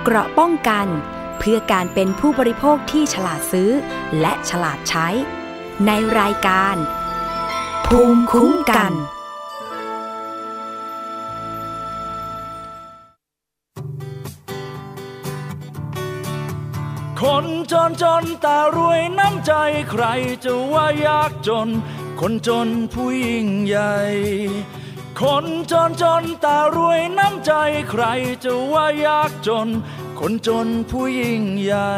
เกราะป้องกันเพื่อการเป็นผู้บริโภคที่ฉลาดซื้อและฉลาดใช้ในรายการภูมิคุ้มกันคนจนจนแต่รวยน้ำใจใครจะว่ายากจนคนจนผู้ยิ่งใหญ่คนจนจนแต่รวยน้ำใจใครจะว่ายากจนคนจนผู้ยิ่งใหญ่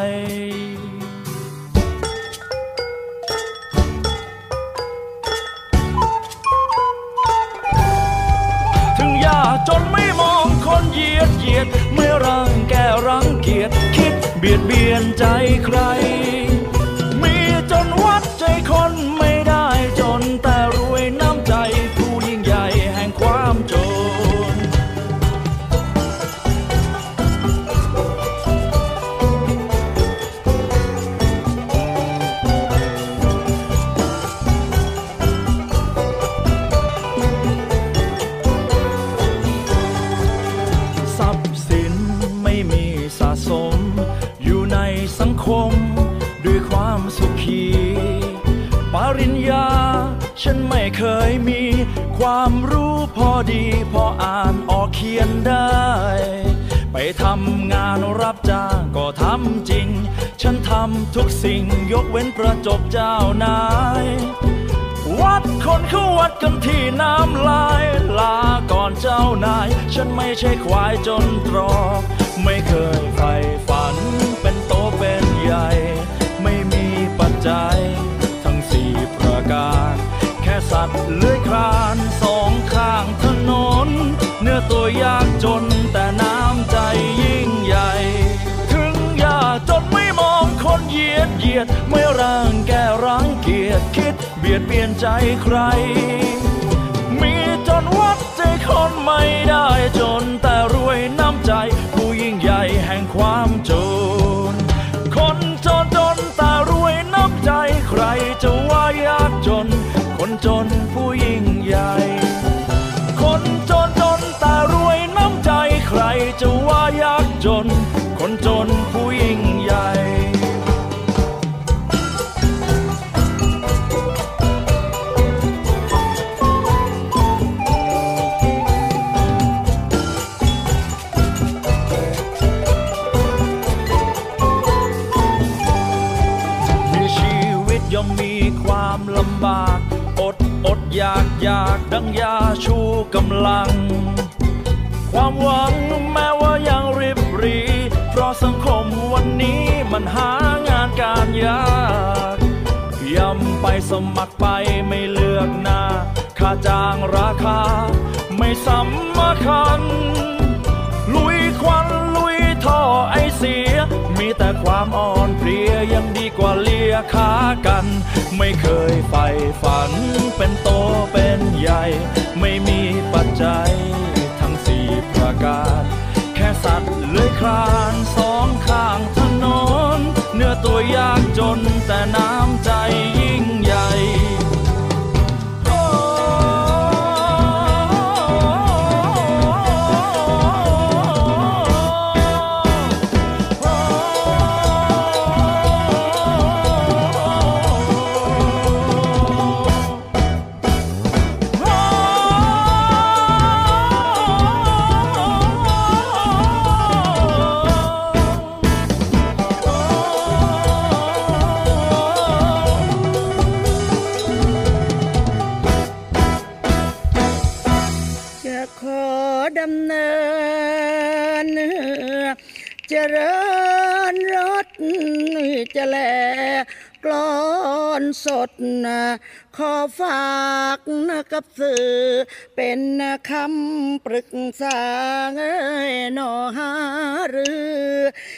ถึงยากจนไม่มองคนเหยียดไม่รังแกรังเกียจคิดเบียดเบียนใจใครมีจนวัดใจคนไม่ได้จนแต่รวยน้ำใจผู้ยิ่งใหญ่แห่งความจนทรัพย์สินไม่มีสะสมอยู่ในสังคมด้วยความสุขีปริญญาฉันไม่เคยมีความรู้พอดีพออ่านออกเขียนได้ไปทำงานรับจ้างก็ทำจริงฉันทำทุกสิ่งยกเว้นประจบเจ้านายวัดคนเขาวัดกันที่น้ำลายลาก่อนเจ้านายฉันไม่ใช่ควายจนตรอกไม่เคยใฝ่ฝันเป็นโตเป็นใหญ่ไม่มีปัจจัยทั้งสี่ประการแค่สัตว์เลื้อยคลานสองข้างถนนเนื้อตัวยากจนแต่น้ำใจยิ่งใหญ่ถึงยากจนไม่มองคนเหยียดไม่รังแกรังเกียจคิดเบียดเบียนใจใครมีจนวัดใจคนไม่ได้จนแต่รวยน้ำใจผู้ยิ่งใหญ่แห่งความจนคนจนจนแต่รวยน้ำใจใครจะว่ายากจนคนจนผู้ยิ่งใหญ่คนจนจนแต่รวยน้ำใจใครจะว่ายากจนคนจนผู้ยิ่งใหญ่ย่อมมีความลำบากอดอยากดังยาชูกำลังความหวังแม้ว่ายังริบหรี่เพราะสังคมวันนี้มันหางานการยากย่ำไปสมัครไปไม่เลือกหน้าค่าจ้างราคาไม่สำคัญลุยควันลุยท่อไอเสียมีแต่ความอ่อนเพลียยังดีกว่าเลียขากันไม่เคยใฝ่ฝันเป็นโตเป็นใหญ่ไม่มีปัจจัยทั้งสี่ประการแค่สัตว์เลื้อยคลานสองข้างถนนเนื้อตัวยากจนแต่น้ำใจยิ่งใหญ่ดำเนินเจริญรสจะแลกลอนสดขอฝากกับสื่อเป็นคำปรึกษาหนอหารือ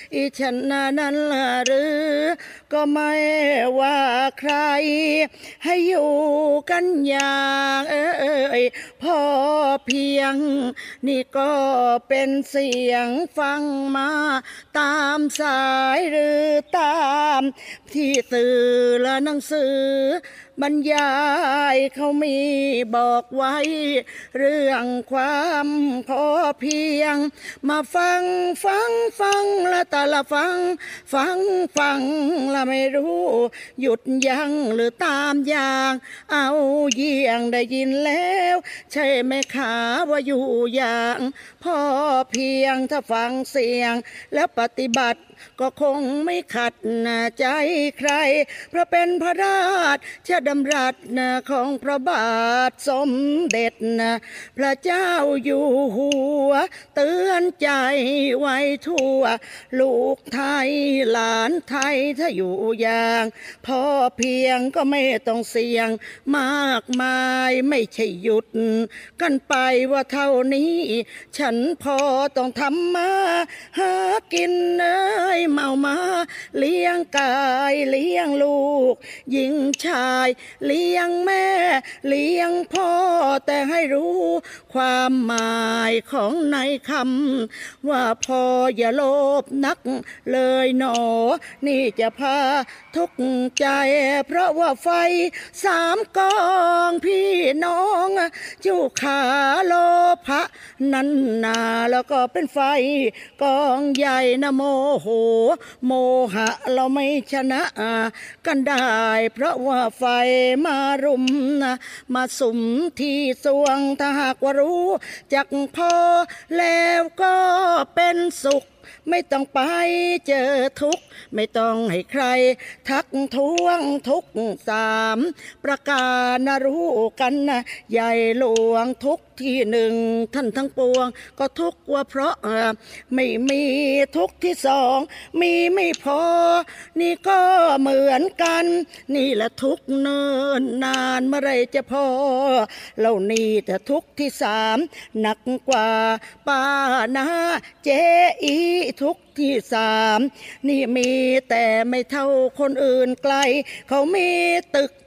อีฉันนั้นหรือก็ไม่ว่าใครให้อยู่กันอย่างพอเพียงนี่ก็เป็นเสียงฟังมาตามสายหรือตามที่สื่อและหนังสือบรรยายเขามีบอกไว้เรื่องความพอเพียงมาฟังละแต่ละฟังละไม่รู้หยุดยั้งหรือตามอย่างเอาเยี่ยงได้ยินแล้วใช่ไหมขาว่าอยู่อย่างพอเพียงถ้าฟังเสียงแล้วปฏิบัติก็คงไม่ขัดใจใครเพราะเป็นพระราชดำรัสของพระบาทสมเด็จพระเจ้าอยู่หัวเตือนใจไว้ทั่วลูกไทยหลานไทยถ้าอยู่อย่างพอเพียงก็ไม่ต้องเสี่ยงมากมายไม่ใช่หยุดกันไปว่าเท่านี้ฉันพอต้องทำมาหากินเมามาเลี้ยงกายเลี้ยงลูกหญิงชายเลี้ยงแม่เลี้ยงพ่อแต่ให้รู้ความหมายของในคำว่าพออย่าโลภนักเลยหนอนี่จะพาทุกข์ใจเพราะว่าไฟสามกองพี่น้องจูขาโลภะนั้นนาแล้วก็เป็นไฟกองใหญ่นะโมโหโมหะเราไม่ชนะกันได้เพราะว่าไฟมารุมมาสุมที่สวงถ้าหากว่ารู้จักพอแล้วก็เป็นสุขไม่ต้องไปเจอทุกข์ไม่ต้องให้ใครทักท้วงทุกข์สามประการรู้กันใหญ่หลวงทุกที่หนึ่งท่านทั้งปวงก็ทุกข์ว่าเพราะไม่มีทุกข์ที่สองมีไม่พอนี่ก็เหมือนกันนี่แหละทุกข์เนิ่นนานเมื่อไรจะพอเหล่านี้แต่ทุกข์ที่สามหนักกว่าป้านาเจอีทุกข์ที่สามนี่มีแต่ไม่เท่าคนอื่นไกลเขามีตึก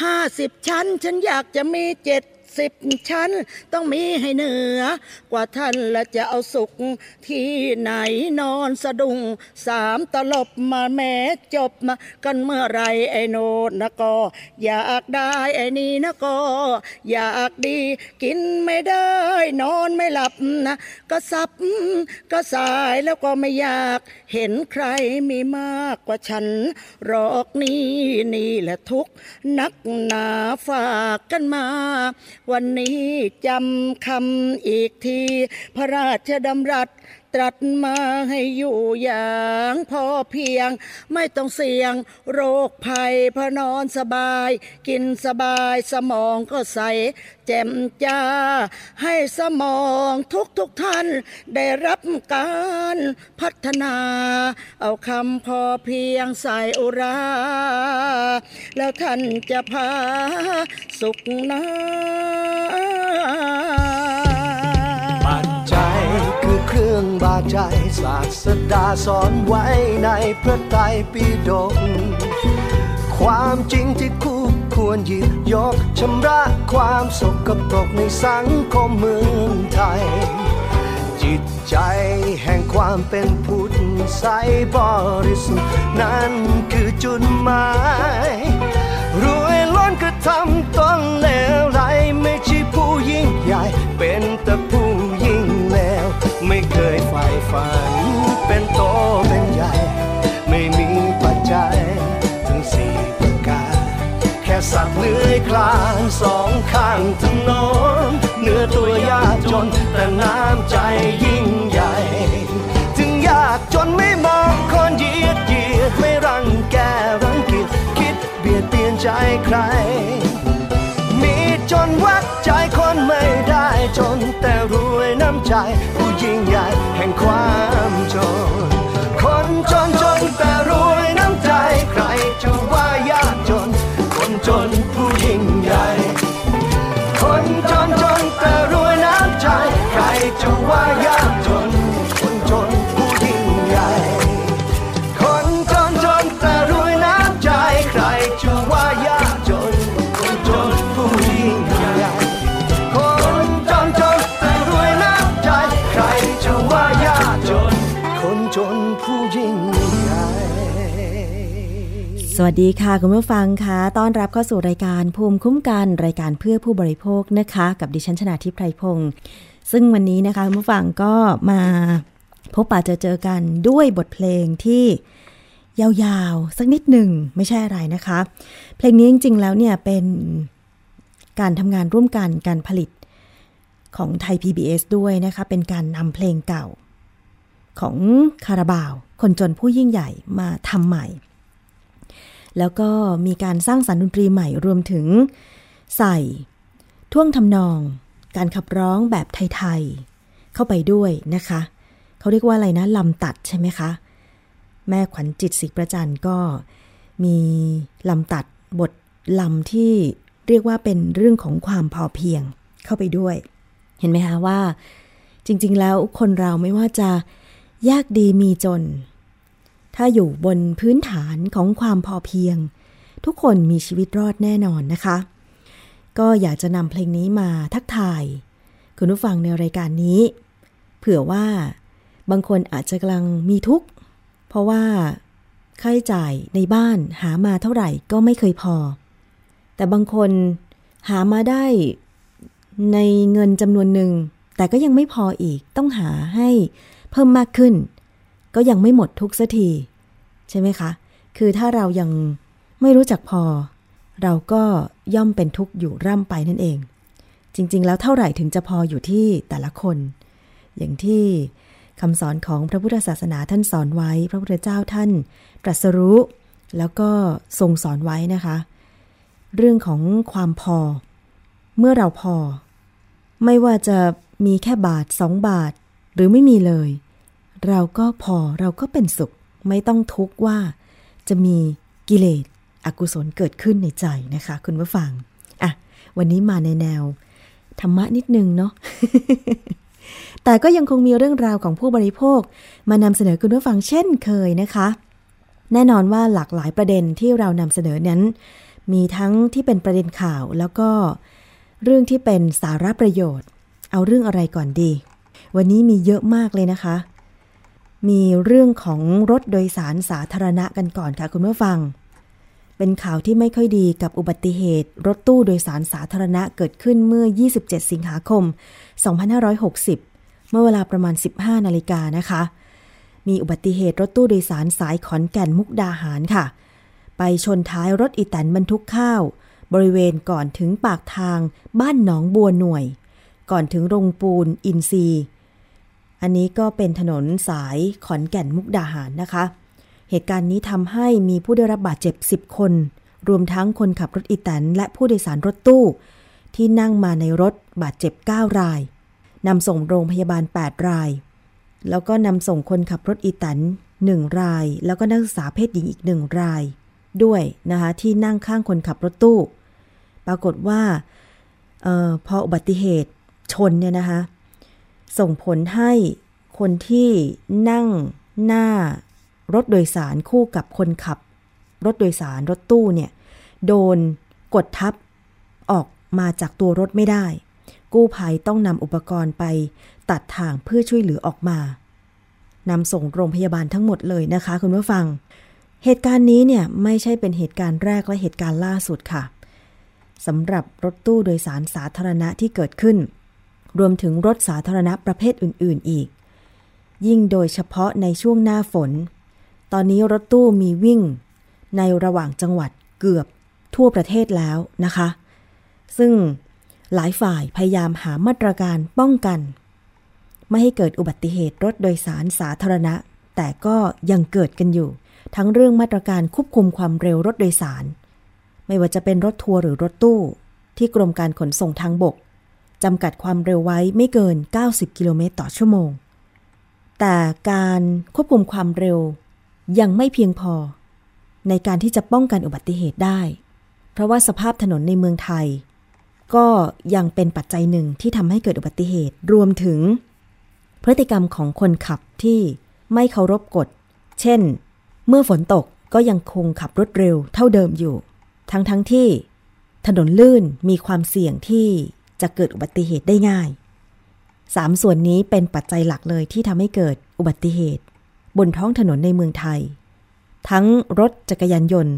50 ชั้นฉันอยากจะมี70 ชั้นต้องมีให้เหนือกว่าท่านและจะเอาสุขที่ไหนนอนสะดุ้ง3 ตลบมาแม้จบมากันเมื่อไรไอ้โนดนะก็อยากได้ไอ้นี่นะก็อยากดีกินไม่ได้นอนไม่หลับนะก็สับก็สายแล้วก็ไม่อยากเห็นใครมีมากกว่าฉันหรอกนี่แหละทุกข์นักหนาฝากกันมาวันนี้จำคำอีกทีพระราชดำรัสตรัสมาให้อยู่อย่างพอเพียงไม่ต้องเสี่ยงโรคภัยพนอนสบายกินสบายสมองก็ใสแจ่มจ้าให้สมองทุกท่านได้รับการพัฒนาเอาคำพอเพียงใส่อุราแล้วท่านจะพาสุขนะปัจจัยคือเครื่องบาใจศาสดาสอนไว้ในพระไตรปิฎกความจริงที่คู่ควรหยิบยกชำระความสกปรกในสังคมเมืองไทยจิตใจแห่งความเป็นพุทธใสบริสุทธิ์นั่นคือจุดหมายรวยล้นก็ทำต้องเลวไหลไม่ใช่ผู้ยิ่งใหญ่เป็นแต่ผู้ยิ่งเลวไม่เคยใฝ่ฝันเป็นโตเป็นใหญ่ไม่มีปัจจัยทั้ง4 ประการแค่สัตว์เลื้อยคลาน2 ข้างถนนเนื้อตัวยากจนแต่น้ำใจยิ่งใหญ่ถึงยากจนไม่มองคนเหยียดไม่รังแกรังเกียจคิดเบียดเบียนใจใครมีจนวัดใจคนไม่ได้จนแต่รวยน้ำใจผู้ยิ่งใหญ่แห่งความจนคนจนแต่รวยน้ำใจใครจะว่ายากจนคนจนผู้ยิ่งใหญ่คนจนแต่รวยน้ำใจใครจะว่ายากจนคนจนผู้ยิ่งใหญ่สวัสดีค่ะคุณผู้ฟังค่ะต้อนรับเข้าสู่รายการภูมิคุ้มกันรายการเพื่อผู้บริโภคนะคะกับดิฉันชนาธิปไพรพงศ์ซึ่งวันนี้นะคะคุณผู้ฟังก็มาพบปะเจอกันด้วยบทเพลงที่ยาวๆสักนิดหนึ่งไม่ใช่อะไรนะคะเพลงนี้จริงๆแล้วเนี่ยเป็นการทำงานร่วมกันการผลิตของไทย PBS ด้วยนะคะเป็นการนำเพลงเก่าของคาราบาวคนจนผู้ยิ่งใหญ่มาทำใหม่แล้วก็มีการสร้างสรรค์ดนตรีใหม่รวมถึงใส่ท่วงทำนองการขับร้องแบบไทยๆเข้าไปด้วยนะคะเขาเรียกว่าอะไรนะลำตัดใช่ไหมคะแม่ขวัญจิตศรีประจันก็มีลำตัดบทลำที่เรียกว่าเป็นเรื่องของความพอเพียงเข้าไปด้วยเห็นไหมคะว่าจริงๆแล้วคนเราไม่ว่าจะยากดีมีจนถ้าอยู่บนพื้นฐานของความพอเพียงทุกคนมีชีวิตรอดแน่นอนนะคะก็อยากจะนำเพลงนี้มาทักทายคุณผู้ฟังในรายการนี้เผื่อว่าบางคนอาจจะกำลังมีทุกข์เพราะว่าค่าใช้จ่ายในบ้านหามาเท่าไหร่ก็ไม่เคยพอแต่บางคนหามาได้ในเงินจำนวนหนึ่งแต่ก็ยังไม่พออีกต้องหาให้เพิ่มมากขึ้นก็ยังไม่หมดทุกสักทีใช่ไหมคะคือถ้าเรายังไม่รู้จักพอเราก็ย่อมเป็นทุกข์อยู่ร่ำไปนั่นเองจริงๆแล้วเท่าไหร่ถึงจะพออยู่ที่แต่ละคนอย่างที่คำสอนของพระพุทธศาสนาท่านสอนไว้พระพุทธเจ้าท่านตรัสรู้แล้วก็ทรงสอนไว้นะคะเรื่องของความพอเมื่อเราพอไม่ว่าจะมีแค่บาท2 บาทหรือไม่มีเลยเราก็พอเราก็เป็นสุขไม่ต้องทุกข์ว่าจะมีกิเลสอกุศลเกิดขึ้นในใจนะคะคุณผู้ฟังอ่ะวันนี้มาในแนวธรรมะนิดนึงเนาะ แต่ก็ยังคงมีเรื่องราวของผู้บริโภคมานำเสนอคุณผู้ฟังเช่นเคยนะคะแน่นอนว่าหลากหลายประเด็นที่เรานำเสนอนั้นมีทั้งที่เป็นประเด็นข่าวแล้วก็เรื่องที่เป็นสาระประโยชน์เอาเรื่องอะไรก่อนดีวันนี้มีเยอะมากเลยนะคะมีเรื่องของรถโดยสารสาธารณะกันก่อนค่ะคุณผู้ฟังเป็นข่าวที่ไม่ค่อยดีกับอุบัติเหตุรถตู้โดยสารสาธารณะเกิดขึ้นเมื่อ27สิงหาคม2560เมื่อเวลาประมาณ 15:00 น.นะคะมีอุบัติเหตุรถตู้โดยสารสายขอนแก่นมุกดาหารค่ะไปชนท้ายรถอีแตนบรรทุกข้าวบริเวณก่อนถึงปากทางบ้านหนองบัวหน่วยก่อนถึงโรงปูนอินทรีย์อันนี้ก็เป็นถนนสายขอนแก่นมุกดาหารนะคะเหตุการณ์นี้ทำให้มีผู้ได้รับบาดเจ็บ10 คนรวมทั้งคนขับรถอีแตนและผู้โดยสารรถตู้ที่นั่งมาในรถบาดเจ็บ9 รายนำส่งโรงพยาบาล8 รายแล้วก็นำส่งคนขับรถอีแตน1 รายแล้วก็นักศึกษาเพศหญิงอีก1 รายด้วยนะคะที่นั่งข้างคนขับรถตู้ปรากฏว่าพออุบัติเหตุชนเนี่ยนะคะส่งผลให้คนที่นั่งหน้ารถโดยสารคู่กับคนขับรถโดยสารรถตู้เนี่ยโดนกดทับออกมาจากตัวรถไม่ได้กู้ภัยต้องนำอุปกรณ์ไปตัดทางเพื่อช่วยเหลือออกมานำส่งโรงพยาบาลทั้งหมดเลยนะคะคุณผู้ฟังเหตุการณ์นี้เนี่ยไม่ใช่เป็นเหตุการณ์แรกและเหตุการณ์ล่าสุดค่ะสำหรับรถตู้โดยสารสาธารณะที่เกิดขึ้นรวมถึงรถสาธารณะประเภทอื่นๆอีกยิ่งโดยเฉพาะในช่วงหน้าฝนตอนนี้รถตู้มีวิ่งในระหว่างจังหวัดเกือบทั่วประเทศแล้วนะคะซึ่งหลายฝ่ายพยายามหามาตรการป้องกันไม่ให้เกิดอุบัติเหตุรถโดยสารสาธารณะแต่ก็ยังเกิดกันอยู่ทั้งเรื่องมาตรการควบคุมความเร็วรถโดยสารไม่ว่าจะเป็นรถทัวร์หรือรถตู้ที่กรมการขนส่งทางบกจำกัดความเร็วไว้ไม่เกิน90 กิโลเมตรต่อชั่วโมงแต่การควบคุมความเร็วยังไม่เพียงพอในการที่จะป้องกันอุบัติเหตุได้เพราะว่าสภาพถนนในเมืองไทยก็ยังเป็นปัจจัยหนึ่งที่ทำให้เกิดอุบัติเหตุรวมถึงพฤติกรรมของคนขับที่ไม่เคารพกฎเช่นเมื่อฝนตกก็ยังคงขับรถเร็วเท่าเดิมอยู่ทั้งที่ถนนลื่นมีความเสี่ยงที่จะเกิดอุบัติเหตุได้ง่าย3ส่วนนี้เป็นปัจจัยหลักเลยที่ทำให้เกิดอุบัติเหตุบนท้องถนนในเมืองไทยทั้งรถจักรยานยนต์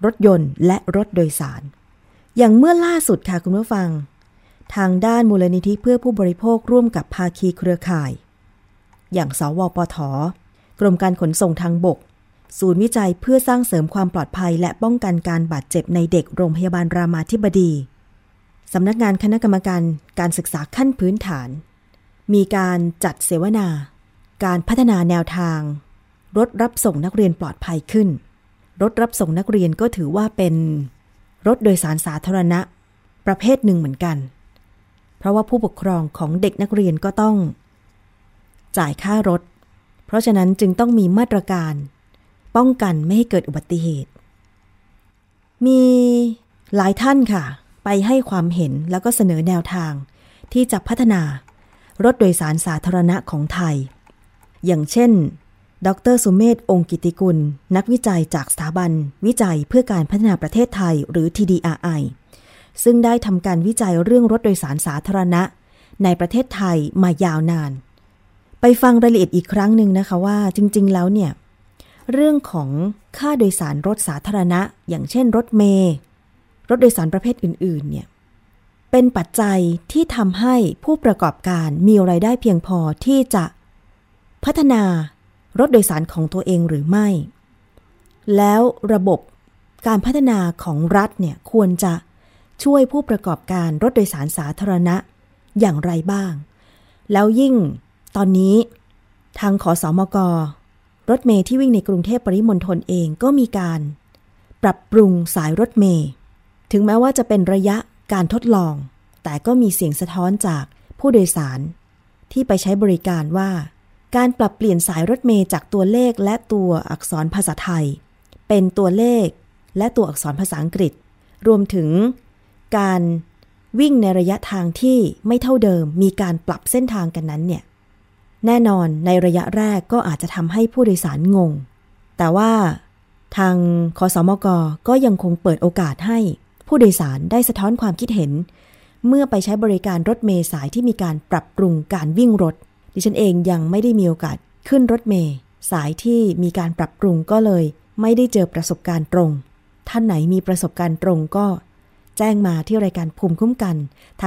รถยนต์และรถโดยสารอย่างเมื่อล่าสุดค่ะคุณผู้ฟังทางด้านมูลนิธิเพื่อผู้บริโภคร่วมกับภาคีเครือข่ายอย่างสวปท.กรมการขนส่งทางบกศูนย์วิจัยเพื่อสร้างเสริมความปลอดภัยและป้องกันการบาดเจ็บในเด็กโรงพยาบาลรามาธิบดีสำนักงานคณะกรรมการการศึกษาขั้นพื้นฐานมีการจัดเสวนาการพัฒนาแนวทางรถรับส่งนักเรียนปลอดภัยขึ้นรถรับส่งนักเรียนก็ถือว่าเป็นรถโดยสารสาธารณะประเภทหนึ่งเหมือนกันเพราะว่าผู้ปกครองของเด็กนักเรียนก็ต้องจ่ายค่ารถเพราะฉะนั้นจึงต้องมีมาตรการป้องกันไม่ให้เกิดอุบัติเหตุมีหลายท่านค่ะไปให้ความเห็นแล้วก็เสนอแนวทางที่จะพัฒนารถโดยสารสาธารณะของไทยอย่างเช่นดร.สุเมธ องค์กิติกุลนักวิจัยจากสถาบันวิจัยเพื่อการพัฒนาประเทศไทยหรือ TDRI ซึ่งได้ทำการวิจัยเรื่องรถโดยสารสาธารณะในประเทศไทยมายาวนานไปฟังรายละเอียดอีกครั้งหนึ่งนะคะว่าจริงๆแล้วเนี่ยเรื่องของค่าโดยสารรถสาธารณะอย่างเช่นรถเมล์รถโดยสารประเภทอื่นๆเนี่ยเป็นปัจจัยที่ทำให้ผู้ประกอบการมีรายได้เพียงพอที่จะพัฒนารถโดยสารของตัวเองหรือไม่แล้วระบบการพัฒนาของรัฐเนี่ยควรจะช่วยผู้ประกอบการรถโดยสารสาธารณะอย่างไรบ้างแล้วยิ่งตอนนี้ทางขสมก.รถเมล์ที่วิ่งในกรุงเทพปริมณฑลเองก็มีการปรับปรุงสายรถเมล์ถึงแม้ว่าจะเป็นระยะการทดลองแต่ก็มีเสียงสะท้อนจากผู้โดยสารที่ไปใช้บริการว่าการปรับเปลี่ยนสายรถเมล์จากตัวเลขและตัวอักษรภาษาไทยเป็นตัวเลขและตัวอักษรภาษาอังกฤษรวมถึงการวิ่งในระยะทางที่ไม่เท่าเดิมมีการปรับเส้นทางกันนั้นเนี่ยแน่นอนในระยะแรกก็อาจจะทำให้ผู้โดยสารงงแต่ว่าทางคสมก.ก็ยังคงเปิดโอกาสให้ผู้โดยสารได้สะท้อนความคิดเห็นเมื่อไปใช้บริการรถเมล์สายที่มีการปรับปรุงการวิ่งรถดิฉันเองยังไม่ได้มีโอกาสขึ้นรถเมล์สายที่มีการปรับปรุงก็เลยไม่ได้เจอประสบการณ์ตรงท่านไหนมีประสบการณ์ตรงก็แจ้งมาที่รายการภูมิคุ้มกันทาง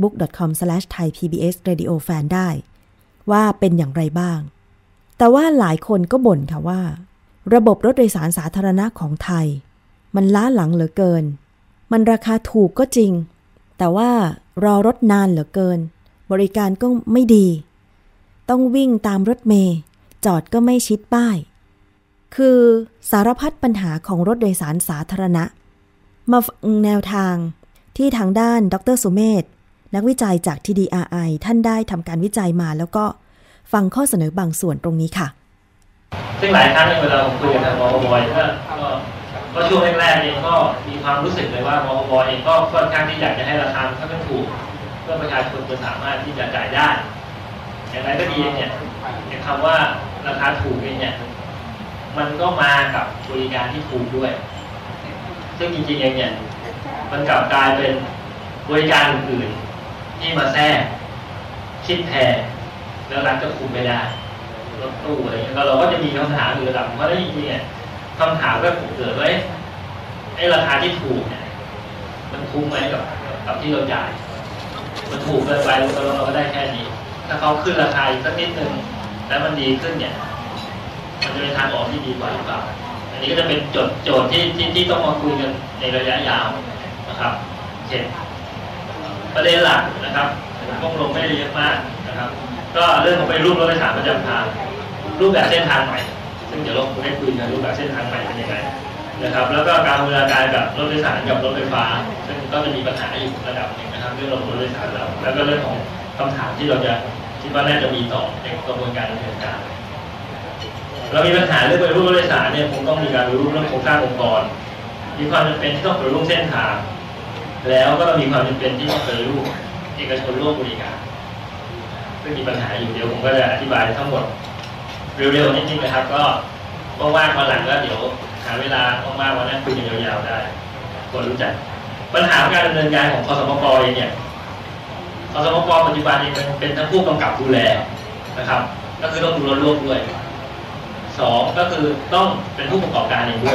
facebook.com/thaipbsradiofan ได้ว่าเป็นอย่างไรบ้างแต่ว่าหลายคนก็บ่นค่ะว่าระบบรถโดยสารสาธารณะของไทยมันล้าหลังเหลือเกินมันราคาถูกก็จริงแต่ว่ารอรถนานเหลือเกินบริการก็ไม่ดีต้องวิ่งตามรถเมล์จอดก็ไม่ชิดป้ายคือสารพัดปัญหาของรถโดยสารสาธารณะมาฟังแนวทางที่ทางด้านดร.สุเมธนักวิจัยจาก TDRI ท่านได้ทำการวิจัยมาแล้วก็ฟังข้อเสนอบางส่วนตรงนี้ค่ะซึ่งหลายครั้งเวลาผมคุยกับทางมอบอยก็ช่วงแรกๆเองก็มีความรู้สึกเลยว่ามอบอยเองก็ค่อนข้างที่อยากจะให้ราคาค่อนข้างถูกเพื่อประชาชนจะสามารถที่จะจ่ายได้อย่างไรก็ดีเนี่ยคำว่าราคาถูกเองเนี่ยมันก็มากับบริการที่ถูกด้วยซึ่งจริงๆเองเนี่ยมันกลับกลายเป็นบริการอื่นๆที่มาแทรกคิดแทนแล้วรัฐก็คุมไม่ได้รถตู้อะไรเงี้ยเราก็จะมีคำถามอยู่ระดับเพราะฉะนั้นจริงๆเนี่ยคำถามก็เกิดว่าไอ้ราคาที่ถูกเนี่ยมันคุ้มไหมกับที่เราจ่ายมันถูกเกินไปเราก็ได้แค่นี้ถ้าเขาขึ้นราคาอีกสักนิดนึงแล้วมันดีขึ้นเนี่ยมันจะเป็นทางออกที่ดีกว่าหรือเปล่าอันนี้ก็จะเป็นโจทย์ที่ต้องมาคุยกันในระยะยาวนะครับเช่นประเด็นหลักนะครับผมลงไม่ได้เยอะมากนะครับก็เรื่องของไปรูปรถโดยสารประจำทางรูปแบบเส้นทางใหม่ซึ่งเดี๋ยวเราได้คุยกันรูปแบบเส้นทางใหม่เป็นยังไงนะครับแล้วก็การบูรณาการกับรถโดยสารกับรถไฟฟ้าซึ่งก็จะมีปัญหาอยู่ระดับหนึ่งนะครับเรื่องระบบรถโดยสารแล้วก็เรื่องของคำถามที่เราจะคิดว่าน่าจะมีต่อในกระบวนการดำเนินการเรามีปัญหาเรื่องไปรูปรถโดยสารเนี่ยคงต้องมีการรูปเรื่องโครงสร้างองค์กรมีความจำเป็นที่ต้องไปรูปเส้นทางแล้วก็มีความจำเป็นที่ต้องไปรูปเอกชนร่วมบริการซึ่งมีปัญหาอยู่เดี๋ยวผมก็จะอธิบายทั้งหมดเร็วๆนิดนึงนะครับก็ว่างๆมาหลังก็เดี๋ยวหาเวลาว่างๆมานั่งคุยกันยาวๆได้ควรรู้จักปัญหาการดำเนินงานของคสมก.เองเนี่ยคสมก.ปัจจุบันเองเป็นทั้งผู้กำกับดูแลนะครับก็คือต้องดูแลร่วมด้วย2ก็คือต้องเป็นผู้ประกอบการเองด้วย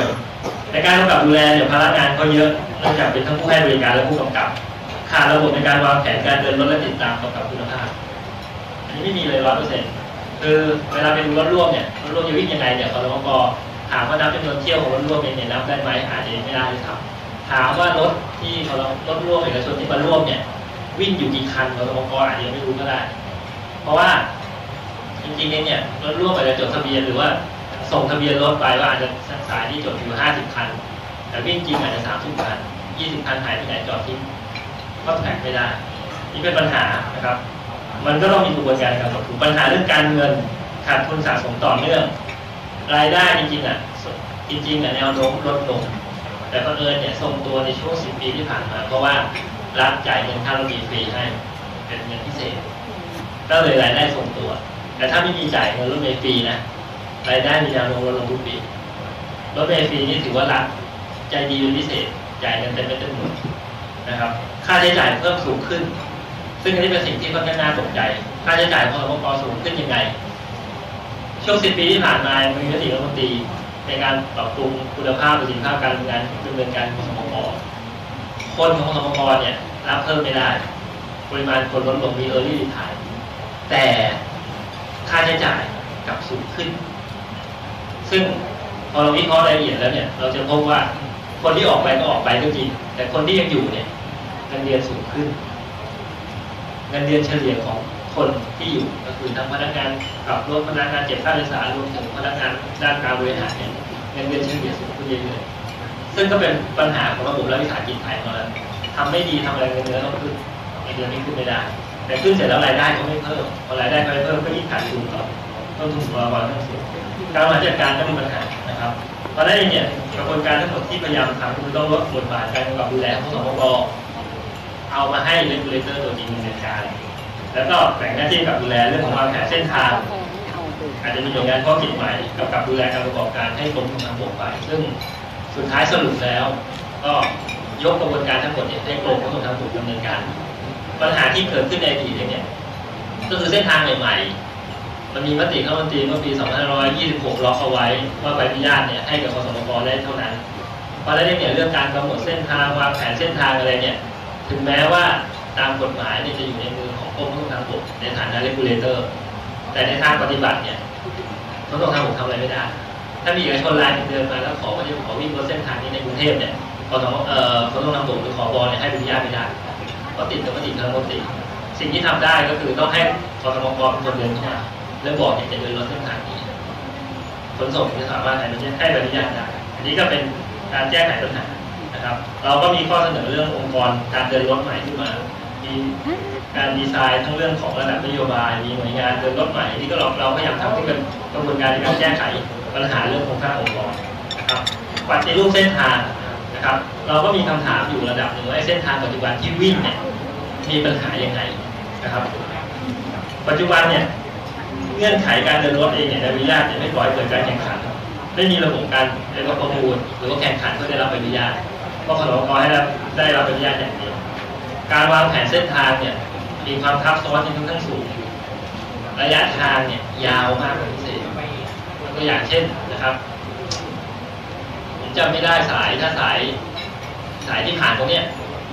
แต่การกำกับดูแลเนี่ยพนักงานก็เยอะเนื่องจากเป็นทั้งผู้ให้บริการและผู้กำกับขาดระบบในการวางแผนการเดินรถและติดตามกำกับคุณภาพอันนี้ไม่มีเลย 100%คือเวลาไปดูรถร่วมเนี่ยรถร่วมจะวิ่งยังไงเนี่ยคสมกถามว่านับจำนวนเที่ยวของรถร่วมเนี่ยนับได้ไหมอาจจะไม่ได้เลยครับถามว่ารถที่รถร่วมเอกชนที่มาร่วมเนี่ยวิ่งอยู่กี่คันคสมกอาจจะไม่รู้ก็ได้เพราะว่าจริงๆเนี่ยรถร่วมอาจจะจดทะเบียนหรือว่าส่งทะเบียนรถไปว่าอาจจะสายที่จดอยู่50 คันแต่วิ่งจริงอาจจะ30 คัน20 คันหายไปไหนจอดทิ้งก็แทร็กไม่ได้นี่เป็นปัญหานะครับมันก็ต้องมีกระบวนการการควบคุมปัญหาเรื่องการเงินขาดทุนสะสมต่อเนื่องรายได้จริงๆแนวโน้มลดลงแต่บังเอิญเนี่ยทรงตัวในช่วง10 ปีที่ผ่านมาเพราะว่ารัฐจ่ายเงินค่ารถฟรีให้เป็นเงินพิเศษก็เลยรายได้ทรงตัวแต่ถ้าไม่มีจ่ายเงินรถเมล์ฟรีนะรายได้มีแนวโน้มลดลงทุกปีรถเมล์ฟรีนี่ถือว่ารัฐใจดีเป็นพิเศษจ่ายเงินเป็นไม่เต็มหมดนะครับค่าใช้จ่ายเพิ่มสูงขึ้นซึ่งอันนี้เป็นสิ่งที่ค่อนข้างน่าตกใจค่าใช้จ่ายของคสมกสูงขึ้นยังไงช่วง10 ปีที่ผ่านมามีมติรัฐมนตรีในการปรับปรุงคุณภาพประสิทธิภาพการดำเนินการของคสมกคนของคสมกเนี่ยรับเพิ่มไม่ได้ปริมาณคนลดลงมีearly retireแต่ค่าใช้จ่ายกลับสูงขึ้นซึ่งพอเราวิเคราะห์รายละเอียดแล้วเนี่ยเราจะพบว่าคนที่ออกไปก็ออกไปก็จริงแต่คนที่ยังอยู่เนี่ยเงินเดือนสูงขึ้นเงินเดือนเฉลี่ยของคนที่อยู่ก็คือทั้งพนักงานขับรถพนักงานเก็บค่าโดยสารรวมถึงพนักงานด้านการบริหารเนี่ยเงินเดือนเฉลี่ยสูงขึ้นเรื่อยๆซึ่งก็เป็นปัญหาของระบบรัฐวิสาหกิจไทยมาแล้วทำไม่ดีทำอะไรเงินเดือนต้องขึ้นเงินเดือนไม่ขึ้นไม่ได้แต่ขึ้นเสร็จแล้วรายได้ก็ไม่เพิ่มพอรายได้ไม่เพิ่มก็ยิ่งขาดทุนต่อต้นทุนของเราต้องสูงการบริหารจัดการก็มีปัญหานะครับเพราะฉะนั้นเนี่ยกระบวนการทั้งหมดที่พยายามทำคือต้องลดบทบาทการกำกับดูแลของคสมกเอามาให้ regulator ตัวจริงดำเนินการแล้วก็แบ่งหน้าที่กับดูแลเรื่องของวางแผนเส้นทางอาจจะมีหน่วยงานข้อคิดใหม่กับดูแลการประกอบการให้กรมทางบกไปซึ่งสุดท้ายสรุปแล้วก็ยกกระบวนการทั้งหมดให้กรมทางบกดำเนินการปัญหาที่เกิดขึ้นในอดีตเนี่ยก็คือเส้นทางใหม่ๆมันมีมติคณะรัฐมนตรีเมื่อปี 2526 ล็อกเอาไว้ว่าใบอนุญาตเนี่ยให้กับคสมกได้เท่านั้นเพราะฉะนั้นเนี่ยเรื่องการกำหนดเส้นทางวางแผนเส้นทางอะไรเนี่ยถึงแม้ว่าตามกฎหมายเนี่ยจะอยู่ในมือของกรมทางบกในฐานะ regulator แต่ในทางปฏิบัติเนี่ยกรมทางบกทำอะไรไม่ได้ถ้ามีเอกชนรายเดินมาแล้วขอว่าจะขอวิ่งบนเส้นทางนี้ในกรุงเทพเนี่ยกรมทางบกหรือขบเนี่ยให้อนุญาตไม่ได้ก็ติดกับมติคณะรัฐมนตรีสิ่งที่ทำได้ก็คือต้องให้คสมกเป็นคนเดินเข้ามาแล้วบอกเนี่ยจะเดินรถเส้นทางนี้ขนส่งจะสามารถให้อนุญาตได้อันนี้ก็เป็นการแก้ไขปัญหานะครับเราก็มีข้อเสนอเรื่ององค์กรการเดินรถใหม่ขึ้นมามีการดีไซน์ทั้งเรื่องของระดับนโยบายมีหน่วยงานเดินรถใหม่ที่ก็เราพยายามทำให้เป็นกระบวนการในการแก้ไขปัญหาเรื่องโครงสร้างองค์กรนะครับปฏิรูปเส้นทางนะครับเราก็มีคำถามอยู่ระดับหนึ่งว่าเส้นทางปัจจุบันที่วิ่งเนี่ยมีปัญหายังไงนะครับปัจจุบันเนี่ยเงื่อนไขการเดินรถเองเนี่ยอนุญาตเนี่ยไม่ปล่อยเกิดการแข่งขันไม่มีระบบการเรียกว่าประมูลหรือว่าแข่งขันเพื่อได้รับอนุญาตก็คสมกให้ได้รับอนุญาตอย่างเดียวการวางแผนเส้นทางเนี่ยมีความทับซ้อนที่ค่อนข้างสูงระยะทางเนี่ยยาวมากเป็นพิเศษตัวอย่างเช่นนะครับผมจำไม่ได้สายที่ผ่านตรงเนี้ย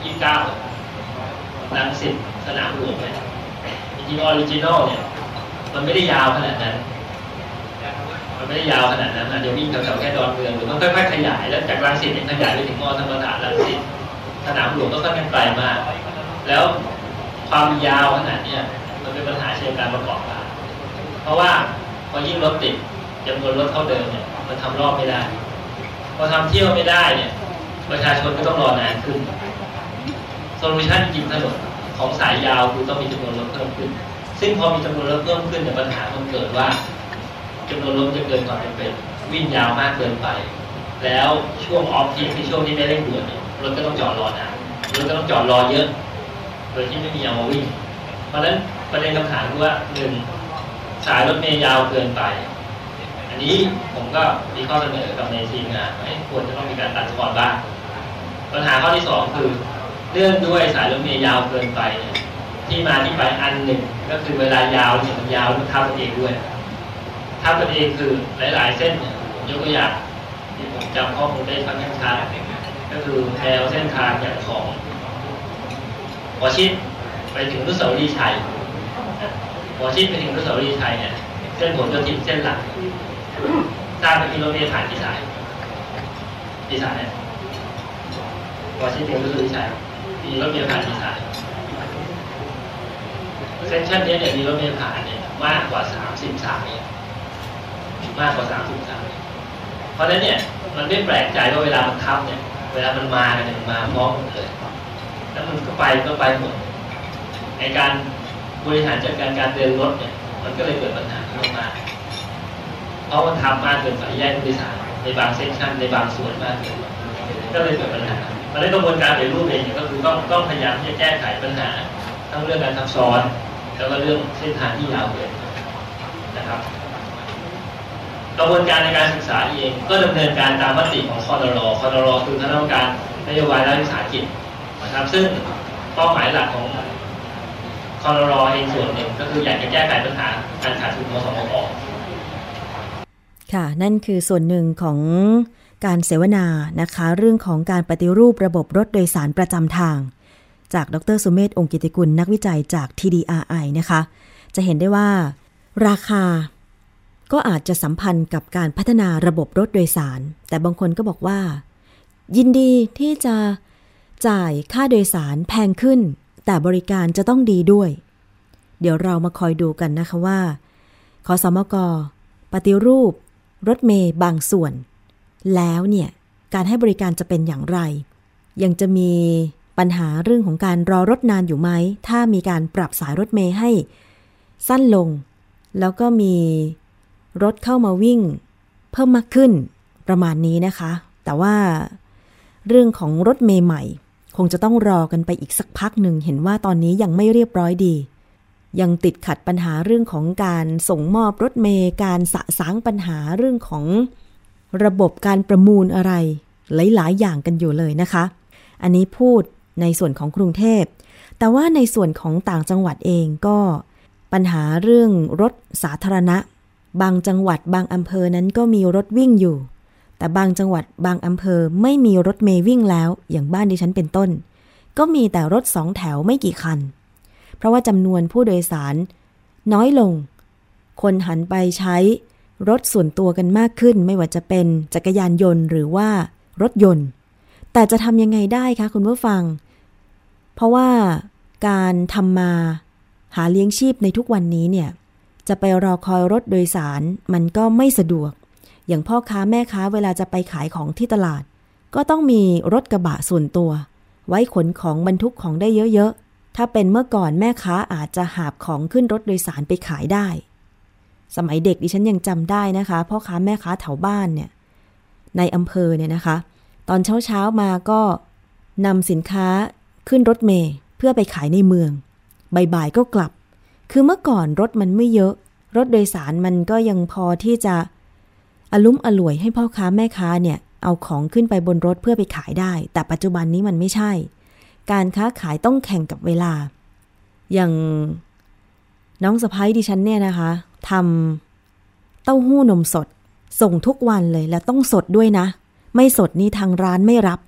29รังสิตสนามหลวงเนี่ยจริงๆออริจินอลเนี่ยมันไม่ได้ยาวขนาดนั้นอาจจะวิ่งแถวๆแค่ดอนเมืองหรือมันค่อยๆขยายแล้วจากรังสิตเนี่ยขยายไปถึงมอธรรมศาสตร์รังสิตสนามหลวงก็ค่อนข้างไกลมากแล้วความยาวขนาดนี้มันเป็นปัญหาเชิงการประกอบการเพราะว่าพอยิ่งรถติดจำนวนรถเท่าเดิมเนี่ยมันทำรอบไม่ได้พอทำเที่ยวไม่ได้เนี่ยประชาชนก็ต้องรอนานขึ้นโซลูชันจริงๆถนนของสายยาวคือต้องมีจำนวนรถเพิ่มขึ้นซึ่งพอมีจำนวนรถเพิ่มขึ้นเนี่ยปัญหามันเกิดว่าจำนวนรถจะเกินความจำเป็นวิ่งยาวมากเกินไปแล้วช่วงออฟพีคที่ช่วงที่ไม่เร่งด่วนเนี่ยรถก็ต้องจอดรอนานรถก็ต้องจอดรอเยอะโดยที่ไม่มีเอามาวิ่งเพราะฉะนั้นประเด็นคำถามคือว่า1สายรถเมล์ยาวเกินไปอันนี้ผมก็มีข้อเสนอกับในทีมงานว่าควรจะต้องมีการตัดทอนบ้างปัญหาข้อที่2คือเนื่องด้วยสายรถเมล์ยาวเกินไปเนี่ยที่มาที่ไปอันหนึ่งก็คือเวลายาวเนี่ยมันยาวมันทับตัวเองด้วยทับตัวเองคือหลายๆเส้นเนี่ยยกตัวอย่างที่ผมจำข้อมูลได้ค่อนข้างชัดก็คือแนวเส้นทางอย่างของหมอชิดไปถึงอนุสาวรีย์ชัยหมอชิดไปถึงอนุสาวรีย์ชัยเนี่ยเส้นผลโยธินเส้นหลักสร้างเป็นรถเมล์ผ่านกี่สายเนี่ยหมอชิดถึงอนุสาวรีย์ชัยมีรถเมล์ผ่านกี่สายเส้นชั้นนี้เนี่ยมีรถเมล์ผ่านเนี่ยมากกว่า30 สายมากกว่า30 สายเพราะฉะนั้นเนี่ยมันไม่แปลกใจว่าเวลามันทับเนี่ยเวลามันมากันเนี่ยมาพร้อมกันเลยแล้วมันก็ไปหมดในการบริหารจัดการการเดินรถเนี่ยมันก็เลยเกิดปัญหาขึ้นมาเพราะมันทับมากเกินไปแยกผู้โดยสารในบางเซกชันในบางส่วนมากเกินก็เลยเกิดปัญหาเพราะฉะนั้นกระบวนการเปลี่ยนรูปเองเนี่ยก็คือต้องพยายามที่จะแก้ไขปัญหาทั้งเรื่องการซับซ้อนแล้วก็เรื่องเส้นทางที่ยาวเกินนะครับกระบวนการในการศึกษาเองก็ดำเนินการตามมติของคนรคือคณะกรรมการนโยบายด้านวิสาหกิจนะครับซึ่งเป้าหมายหลักของคนรเองส่วนหนึ่งก็คืออยากจะแก้ไขปัญหาการขาดทุนมสมก. ค่ะนั่นคือส่วนหนึ่งของการเสวนานะคะเรื่องของการปฏิรูประบบรถโดยสารประจำทางจากดร.สุเมธ องค์กิติกุลนักวิจัยจาก TDRI นะคะจะเห็นได้ว่าราคาก็อาจจะสัมพันธ์กับการพัฒนาระบบรถโดยสารแต่บางคนก็บอกว่ายินดีที่จะจ่ายค่าโดยสารแพงขึ้นแต่บริการจะต้องดีด้วยเดี๋ยวเรามาคอยดูกันนะคะว่าคสมก.ปฏิรูปรถเมล์บางส่วนแล้วเนี่ยการให้บริการจะเป็นอย่างไรยังจะมีปัญหาเรื่องของการรอรถนานอยู่ไหมถ้ามีการปรับสายรถเมล์ให้สั้นลงแล้วก็มีรถเข้ามาวิ่งเพิ่มมากขึ้นประมาณนี้นะคะแต่ว่าเรื่องของรถเมล์ใหม่คงจะต้องรอกันไปอีกสักพักหนึ่งเห็นว่าตอนนี้ยังไม่เรียบร้อยดียังติดขัดปัญหาเรื่องของการส่งมอบรถเมล์การสะสางปัญหาเรื่องของระบบการประมูลอะไรหลายๆอย่างกันอยู่เลยนะคะอันนี้พูดในส่วนของกรุงเทพแต่ว่าในส่วนของต่างจังหวัดเองก็ปัญหาเรื่องรถสาธารณะบางจังหวัดบางอำเภอนั้นก็มีรถวิ่งอยู่แต่บางจังหวัดบางอำเภอไม่มีรถเมล์วิ่งแล้วอย่างบ้านดิฉันเป็นต้นก็มีแต่รถ2 แถวไม่กี่คันเพราะว่าจำนวนผู้โดยสารน้อยลงคนหันไปใช้รถส่วนตัวกันมากขึ้นไม่ว่าจะเป็นจักรยานยนต์หรือว่ารถยนต์แต่จะทำยังไงได้คะคุณผู้ฟังเพราะว่าการทำมาหาเลี้ยงชีพในทุกวันนี้เนี่ยจะไปรอคอยรถโดยสารมันก็ไม่สะดวกอย่างพ่อค้าแม่ค้าเวลาจะไปขายของที่ตลาดก็ต้องมีรถกระบะส่วนตัวไว้ขนของบรรทุกของได้เยอะๆถ้าเป็นเมื่อก่อนแม่ค้าอาจจะหาบของขึ้นรถโดยสารไปขายได้สมัยเด็กดิฉันยังจำได้นะคะพ่อค้าแม่ค้าแถวบ้านเนี่ยในอำเภอเนี่ยนะคะตอนเช้ามาก็นำสินค้าขึ้นรถเมล์เพื่อไปขายในเมืองบ่ายๆก็กลับคือเมื่อก่อนรถมันไม่เยอะรถโดยสารมันก็ยังพอที่จะอลุ้มอล่วยให้พ่อค้าแม่ค้าเนี่ยเอาของขึ้นไปบนรถเพื่อไปขายได้แต่ปัจจุบันนี้มันไม่ใช่การค้าขายต้องแข่งกับเวลาอย่างน้องสะใภ้ดิฉันเนี่ยนะคะทำเต้าหู้นมสดส่งทุกวันเลยแล้วต้องสดด้วยนะไม่สดนี่ทางร้านไม่รับ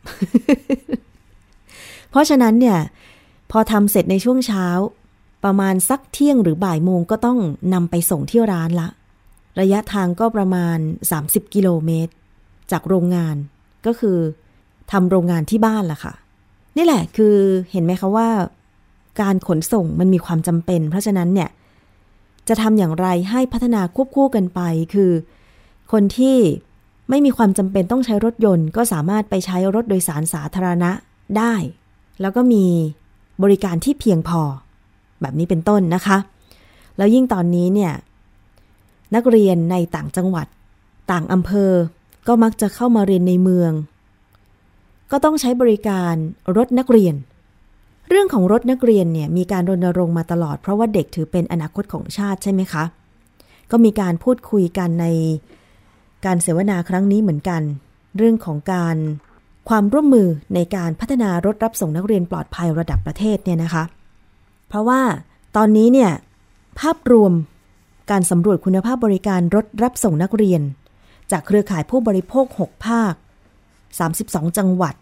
เพราะฉะนั้นเนี่ยพอทำเสร็จในช่วงเช้าประมาณสักเที่ยงหรือบ่ายโมงก็ต้องนำไปส่งที่ร้านละระยะทางก็ประมาณ30 กิโลเมตรจากโรงงานก็คือทำโรงงานที่บ้านล่ะค่ะนี่แหละคือเห็นไหมคะว่าการขนส่งมันมีความจำเป็นเพราะฉะนั้นเนี่ยจะทำอย่างไรให้พัฒนาควบคู่กันไปคือคนที่ไม่มีความจำเป็นต้องใช้รถยนต์ก็สามารถไปใช้รถโดยสารสาธารณะได้แล้วก็มีบริการที่เพียงพอแบบนี้เป็นต้นนะคะแล้วยิ่งตอนนี้เนี่ยนักเรียนในต่างจังหวัดต่างอำเภอก็มักจะเข้ามาเรียนในเมืองก็ต้องใช้บริการรถนักเรียนเรื่องของรถนักเรียนเนี่ยมีการรณรงค์มาตลอดเพราะว่าเด็กถือเป็นอนาคตของชาติใช่ไหมคะก็มีการพูดคุยกันในการเสวนาครั้งนี้เหมือนกันเรื่องของการความร่วมมือในการพัฒนารถรับส่งนักเรียนปลอดภัยระดับประเทศเนี่ยนะคะเพราะว่าตอนนี้เนี่ยภาพรวมการสำรวจคุณภาพบริการรถรับส่งนักเรียนจากเครือข่ายผู้บริโภค6ภาค32จังหวัด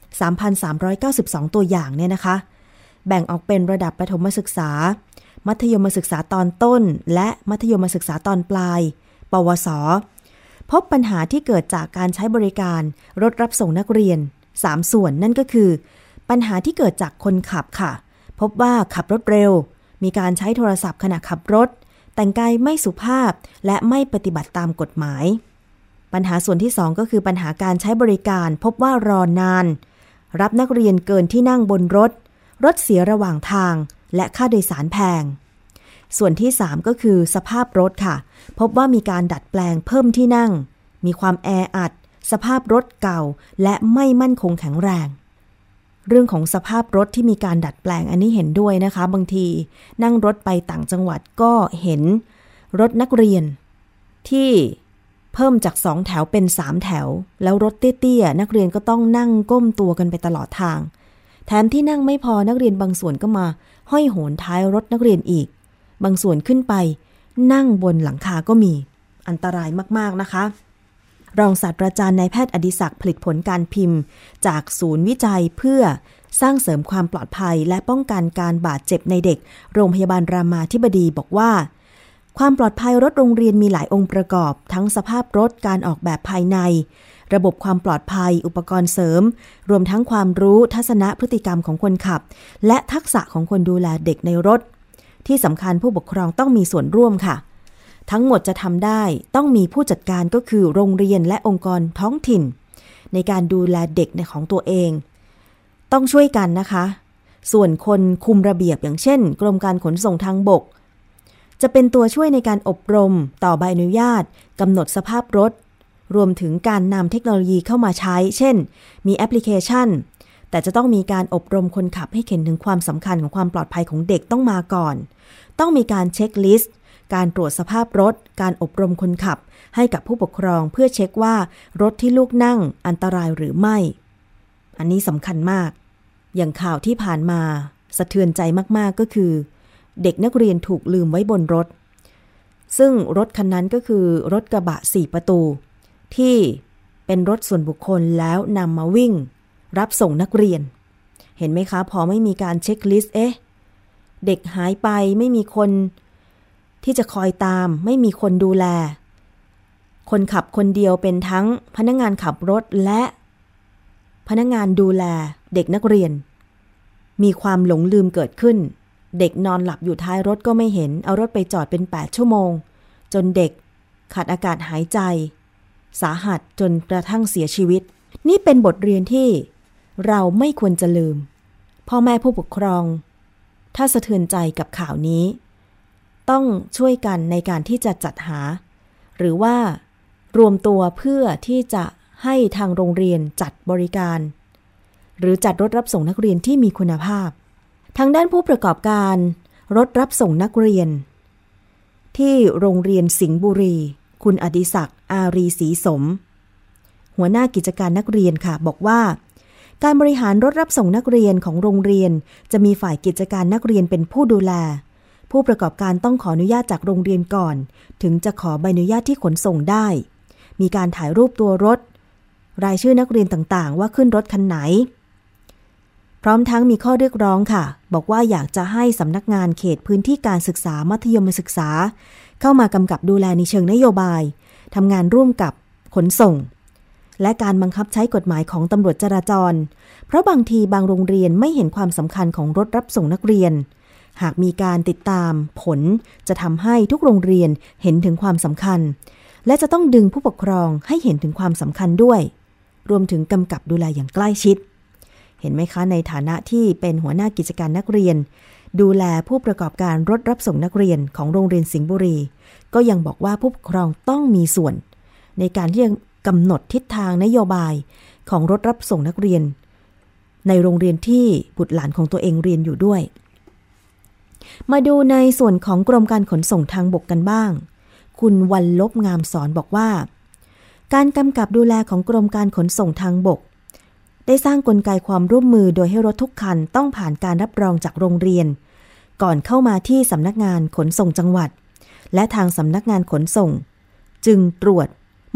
3,392 ตัวอย่างเนี่ยนะคะแบ่งออกเป็นระดับประถมศึกษามัธยมศึกษาตอนต้นและมัธยมศึกษาตอนปลายปวสพบปัญหาที่เกิดจากการใช้บริการรถรับส่งนักเรียน3ส่วนนั่นก็คือปัญหาที่เกิดจากคนขับค่ะพบว่าขับรถเร็วมีการใช้โทรศัพท์ขณะขับรถแต่งกายไม่สุภาพและไม่ปฏิบัติตามกฎหมายปัญหาส่วนที่2ก็คือปัญหาการใช้บริการพบว่ารอนานรับนักเรียนเกินที่นั่งบนรถเสียระหว่างทางและค่าโดยสารแพงส่วนที่3ก็คือสภาพรถค่ะพบว่ามีการดัดแปลงเพิ่มที่นั่งมีความแออัดสภาพรถเก่าและไม่มั่นคงแข็งแรงเรื่องของสภาพรถที่มีการดัดแปลงอันนี้เห็นด้วยนะคะบางทีนั่งรถไปต่างจังหวัดก็เห็นรถนักเรียนที่เพิ่มจาก2แถวเป็น3แถวแล้วรถเตี้ยๆนักเรียนก็ต้องนั่งก้มตัวกันไปตลอดทางแถมที่นั่งไม่พอนักเรียนบางส่วนก็มาห้อยโหนท้ายรถนักเรียนอีกบางส่วนขึ้นไปนั่งบนหลังคาก็มีอันตรายมากๆนะคะรองศาสตราจารย์นายแพทย์อดิศักดิ์ผลิตผลการพิมพ์จากศูนย์วิจัยเพื่อสร้างเสริมความปลอดภัยและป้องกันการบาดเจ็บในเด็กโรงพยาบาลรามาธิบดีบอกว่าความปลอดภัยรถโรงเรียนมีหลายองค์ประกอบทั้งสภาพรถการออกแบบภายในระบบความปลอดภัยอุปกรณ์เสริมรวมทั้งความรู้ทัศนพฤติกรรมของคนขับและทักษะของคนดูแลเด็กในรถที่สำคัญผู้ปกครองต้องมีส่วนร่วมค่ะทั้งหมดจะทำได้ต้องมีผู้จัดการก็คือโรงเรียนและองค์กรท้องถิ่นในการดูแลเด็กในของตัวเองต้องช่วยกันนะคะส่วนคนคุมระเบียบอย่างเช่นกรมการขนส่งทางบกจะเป็นตัวช่วยในการอบรมต่อใบอนุญาตกำหนดสภาพรถรวมถึงการนำเทคโนโลยีเข้ามาใช้เช่นมีแอปพลิเคชันแต่จะต้องมีการอบรมคนขับให้เห็นถึงความสำคัญของความปลอดภัยของเด็กต้องมาก่อนต้องมีการเช็คลิสต์การตรวจสภาพรถการอบรมคนขับให้กับผู้ปกครองเพื่อเช็คว่ารถที่ลูกนั่งอันตรายหรือไม่อันนี้สำคัญมากอย่างข่าวที่ผ่านมาสะเทือนใจมากๆก็คือเด็กนักเรียนถูกลืมไว้บนรถซึ่งรถคันนั้นก็คือรถกระบะ4ประตูที่เป็นรถส่วนบุคคลแล้วนำมาวิ่งรับส่งนักเรียนเห็นไหมคะพอไม่มีการเช็คลิสต์เด็กหายไปไม่มีคนที่จะคอยตามไม่มีคนดูแลคนขับคนเดียวเป็นทั้งพนักงานขับรถและพนักงานดูแลเด็กนักเรียนมีความหลงลืมเกิดขึ้นเด็กนอนหลับอยู่ท้ายรถก็ไม่เห็นเอารถไปจอดเป็น8ชั่วโมงจนเด็กขาดอากาศหายใจสาหัสจนกระทั่งเสียชีวิตนี่เป็นบทเรียนที่เราไม่ควรจะลืมพ่อแม่ผู้ปกครองถ้าสะเทือนใจกับข่าวนี้ต้องช่วยกันในการที่จะจัดหาหรือว่ารวมตัวเพื่อที่จะให้ทางโรงเรียนจัดบริการหรือจัดรถรับส่งนักเรียนที่มีคุณภาพทางด้านผู้ประกอบการรถรับส่งนักเรียนที่โรงเรียนสิงห์บุรีคุณอดิศักดิ์อารีศรีสมหัวหน้ากิจการนักเรียนค่ะบอกว่าการบริหารรถรับส่งนักเรียนของโรงเรียนจะมีฝ่ายกิจการนักเรียนเป็นผู้ดูแลผู้ประกอบการต้องขออนุญาตจากโรงเรียนก่อนถึงจะขอใบอนุญาตที่ขนส่งได้มีการถ่ายรูปตัวรถรายชื่อนักเรียนต่างๆว่าขึ้นรถคันไหนพร้อมทั้งมีข้อเรียกร้องค่ะบอกว่าอยากจะให้สำนักงานเขตพื้นที่การศึกษามัธยมศึกษาเข้ามากำกับดูแลในเชิงนโยบายทำงานร่วมกับขนส่งและการบังคับใช้กฎหมายของตำรวจจราจรเพราะบางทีบางโรงเรียนไม่เห็นความสำคัญของรถรับส่งนักเรียนหากมีการติดตามผลจะทำให้ทุกโรงเรียนเห็นถึงความสำคัญและจะต้องดึงผู้ปกครองให้เห็นถึงความสำคัญด้วยรวมถึงกำกับดูแลอย่างใกล้ชิดเห็นไหมคะในฐานะที่เป็นหัวหน้ากิจการนักเรียนดูแลผู้ประกอบการรถรับส่งนักเรียนของโรงเรียนสิงห์บุรีก็ยังบอกว่าผู้ปกครองต้องมีส่วนในการที่จะกำหนดทิศทางนโยบายของรถรับส่งนักเรียนในโรงเรียนที่บุตรหลานของตัวเองเรียนอยู่ด้วยมาดูในส่วนของกรมการขนส่งทางบกกันบ้างคุณวรรลบงามสอนบอกว่าการกำกับดูแลของกรมการขนส่งทางบกได้สร้างกลไกความร่วมมือโดยให้รถทุกคันต้องผ่านการรับรองจากโรงเรียนก่อนเข้ามาที่สำนักงานขนส่งจังหวัดและทางสำนักงานขนส่งจึงตรวจ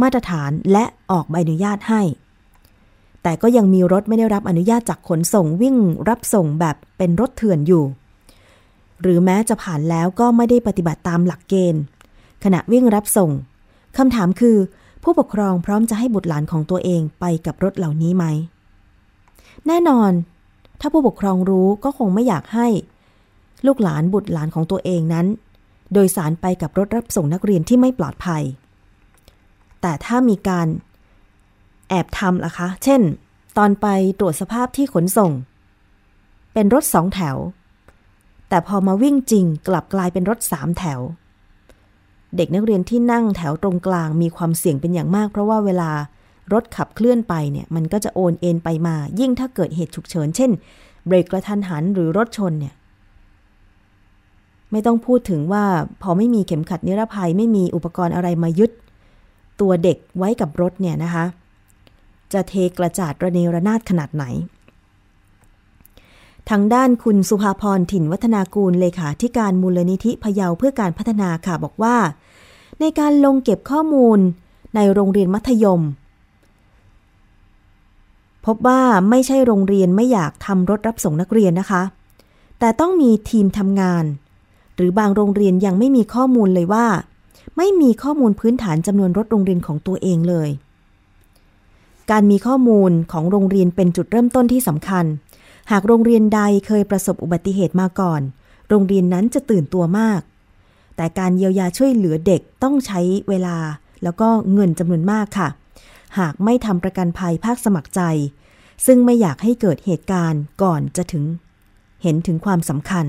มาตรฐานและออกใบอนุญาตให้แต่ก็ยังมีรถไม่ได้รับอนุญาตจากขนส่งวิ่งรับส่งแบบเป็นรถเถื่อนอยู่หรือแม้จะผ่านแล้วก็ไม่ได้ปฏิบัติตามหลักเกณฑ์ขณะวิ่งรับส่งคำถามคือผู้ปกครองพร้อมจะให้บุตรหลานของตัวเองไปกับรถเหล่านี้ไหมแน่นอนถ้าผู้ปกครองรู้ก็คงไม่อยากให้ลูกหลานบุตรหลานของตัวเองนั้นโดยสารไปกับรถรับส่งนักเรียนที่ไม่ปลอดภัยแต่ถ้ามีการแอบทำล่ะคะเช่นตอนไปตรวจสภาพที่ขนส่งเป็นรถ2 แถวแต่พอมาวิ่งจริงกลับกลายเป็นรถ3 แถวเด็กนักเรียนที่นั่งแถวตรงกลางมีความเสี่ยงเป็นอย่างมากเพราะว่าเวลารถขับเคลื่อนไปเนี่ยมันก็จะโอนเอ็นไปมายิ่งถ้าเกิดเหตุฉุกเฉินเช่นเบรกกระทันหันหรือรถชนเนี่ยไม่ต้องพูดถึงว่าพอไม่มีเข็มขัดนิรภัยไม่มีอุปกรณ์อะไรมายึดตัวเด็กไว้กับรถเนี่ยนะคะจะเทกระจาดระเนระนาดขนาดไหนทางด้านคุณสุภาพรถิ่นวัฒนากูลเลขาธิการมูลนิธิพะเยาเพื่อการพัฒนาค่ะบอกว่าในการลงเก็บข้อมูลในโรงเรียนมัธยมพบว่าไม่ใช่โรงเรียนไม่อยากทำรถรับส่งนักเรียนนะคะแต่ต้องมีทีมทำงานหรือบางโรงเรียนยังไม่มีข้อมูลเลยว่าไม่มีข้อมูลพื้นฐานจำนวนรถโรงเรียนของตัวเองเลยการมีข้อมูลของโรงเรียนเป็นจุดเริ่มต้นที่สำคัญหากโรงเรียนใดเคยประสบอุบัติเหตุมาก่อนโรงเรียนนั้นจะตื่นตัวมากแต่การเยียวยาช่วยเหลือเด็กต้องใช้เวลาแล้วก็เงินจำนวนมากค่ะหากไม่ทำประกันภัยภาคสมัครใจซึ่งไม่อยากให้เกิดเหตุการณ์ก่อนจะเห็นถึงความสำคัญ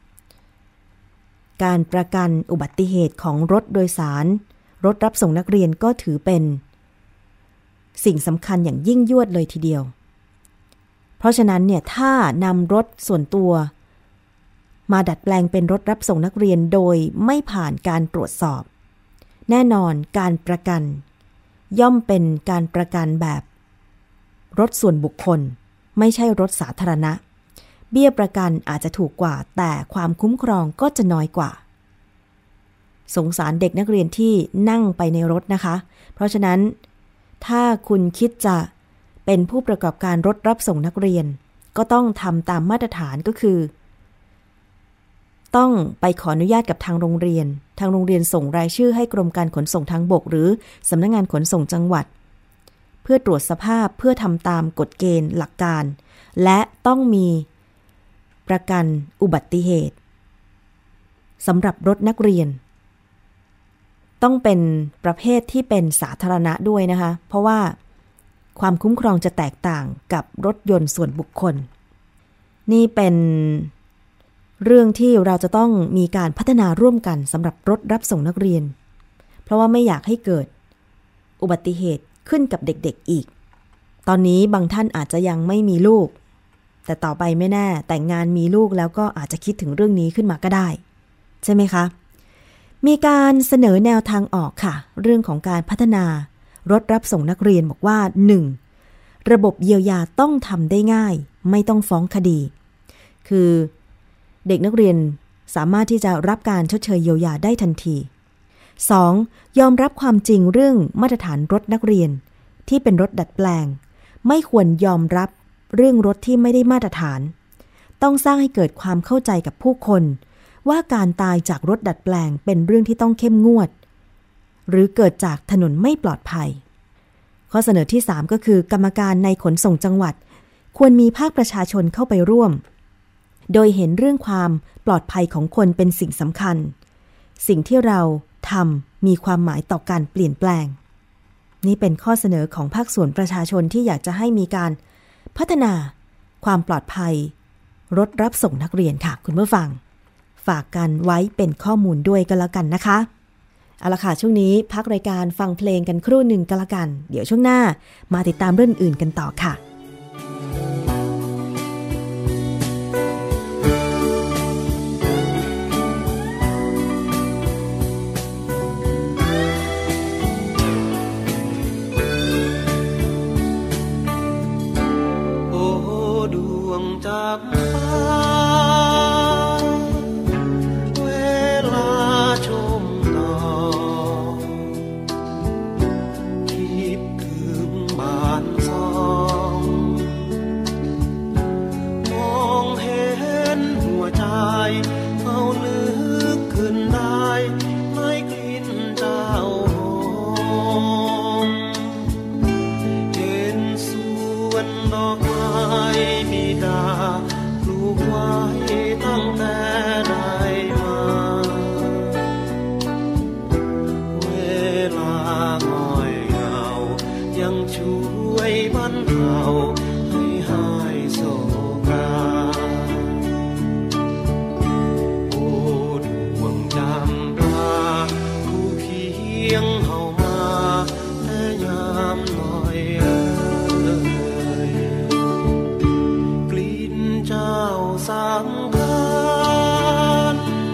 การประกันอุบัติเหตุของรถโดยสารรถรับส่งนักเรียนก็ถือเป็นสิ่งสำคัญอย่างยิ่งยวดเลยทีเดียวเพราะฉะนั้นเนี่ยถ้านำรถส่วนตัวมาดัดแปลงเป็นรถรับส่งนักเรียนโดยไม่ผ่านการตรวจสอบแน่นอนการประกันย่อมเป็นการประกันแบบรถส่วนบุคคลไม่ใช่รถสาธารณะเบี้ยประกันอาจจะถูกกว่าแต่ความคุ้มครองก็จะน้อยกว่าสงสารเด็กนักเรียนที่นั่งไปในรถนะคะเพราะฉะนั้นถ้าคุณคิดจะเป็นผู้ประกอบการรถรับส่งนักเรียนก็ต้องทำตามมาตรฐานก็คือต้องไปขออนุญาตกับทางโรงเรียนส่งรายชื่อให้กรมการขนส่งทางบกหรือสำนักงานขนส่งจังหวัดเพื่อตรวจสภาพเพื่อทำตามกฎเกณฑ์หลักการและต้องมีประกันอุบัติเหตุสำหรับรถนักเรียนต้องเป็นประเภทที่เป็นสาธารณะด้วยนะคะเพราะว่าความคุ้มครองจะแตกต่างกับรถยนต์ส่วนบุคคลนี่เป็นเรื่องที่เราจะต้องมีการพัฒนาร่วมกันสำหรับรถรับส่งนักเรียนเพราะว่าไม่อยากให้เกิดอุบัติเหตุขึ้นกับเด็กๆอีกตอนนี้บางท่านอาจจะยังไม่มีลูกแต่ต่อไปไม่แน่แต่งงานมีลูกแล้วก็อาจจะคิดถึงเรื่องนี้ขึ้นมาก็ได้ใช่ไหมคะมีการเสนอแนวทางออกค่ะเรื่องของการพัฒนารถรับส่งนักเรียนบอกว่า 1. ระบบเยียวยาต้องทำได้ง่ายไม่ต้องฟ้องคดีคือเด็กนักเรียนสามารถที่จะรับการชดเชยเยียวยาได้ทันที 2. ยอมรับความจริงเรื่องมาตรฐานรถนักเรียนที่เป็นรถดัดแปลงไม่ควรยอมรับเรื่องรถที่ไม่ได้มาตรฐานต้องสร้างให้เกิดความเข้าใจกับผู้คนว่าการตายจากรถดัดแปลงเป็นเรื่องที่ต้องเข้มงวดหรือเกิดจากถนนไม่ปลอดภัยข้อเสนอที่ 3 ก็คือกรรมการในขนส่งจังหวัดควรมีภาคประชาชนเข้าไปร่วมโดยเห็นเรื่องความปลอดภัยของคนเป็นสิ่งสำคัญสิ่งที่เราทำมีความหมายต่อการเปลี่ยนแปลงนี่เป็นข้อเสนอของภาคส่วนประชาชนที่อยากจะให้มีการพัฒนาความปลอดภัยรถรับส่งนักเรียนค่ะคุณผู้ฟังฝากกันไว้เป็นข้อมูลด้วยกันแล้วกันนะคะเอาละค่ะช่วงนี้พักรายการฟังเพลงกันครู่หนึ่งกันละกันเดี๋ยวช่วงหน้ามาติดตามเรื่องอื่นกันต่อค่ะโอ้ดวงจับทยังช่วยบรรเทาให้หายโศกาโอ้ดวงจำปาผู้เคียงเฮามาแต่ยามหน่อยกลิ่นเจ้าสังขาร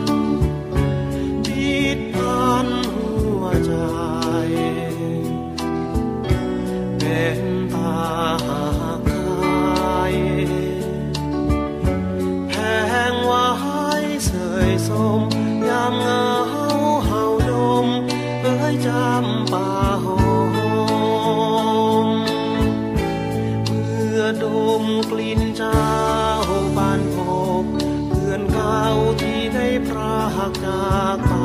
ติดพันหัวใจเป็นตาหากายแพงไว้เสยสมยามเหงาเฮาดมเอ้ยจำป่าหอมเมื่อดมกลิ่นเจ้าบานพบเพื่อนเก่าที่ได้พรากจากไป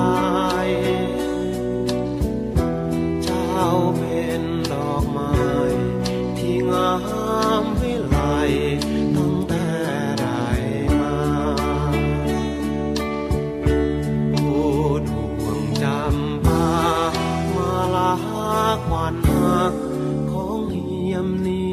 เจ้าเป็นดอกไม้ที่งามวิไลตั้งแต่ได้มาโอ้ดวงจำปามาลาควันหักของเหี่ยมนี้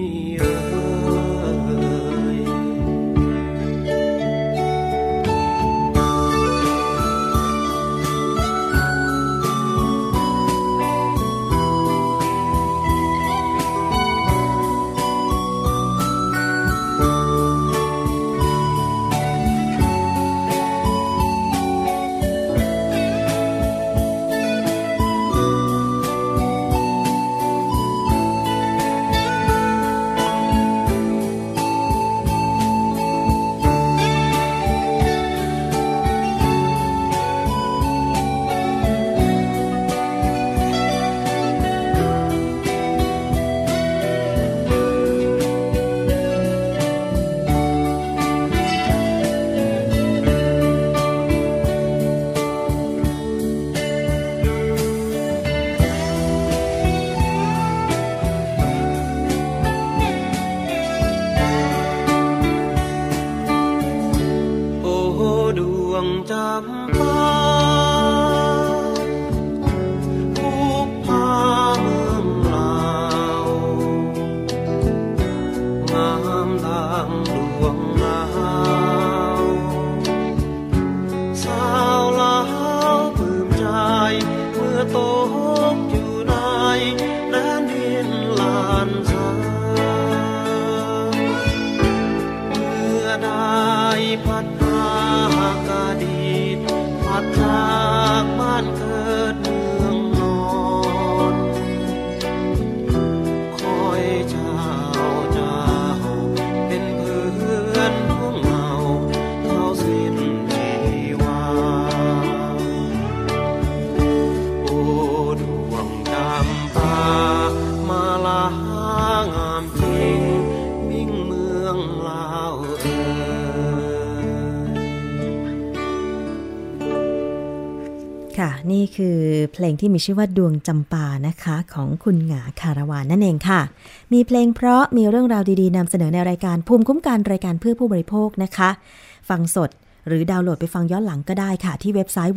นี่คือเพลงที่มีชื่อว่าดวงจำปานะคะของคุณหงาคาราวานนั่นเองค่ะมีเพลงเพราะมีเรื่องราวดีๆนำเสนอในรายการภูมิคุ้มกันรายการเพื่อผู้บริโภคนะคะฟังสดหรือดาวน์โหลดไปฟังย้อนหลังก็ได้ค่ะที่เว็บไซต์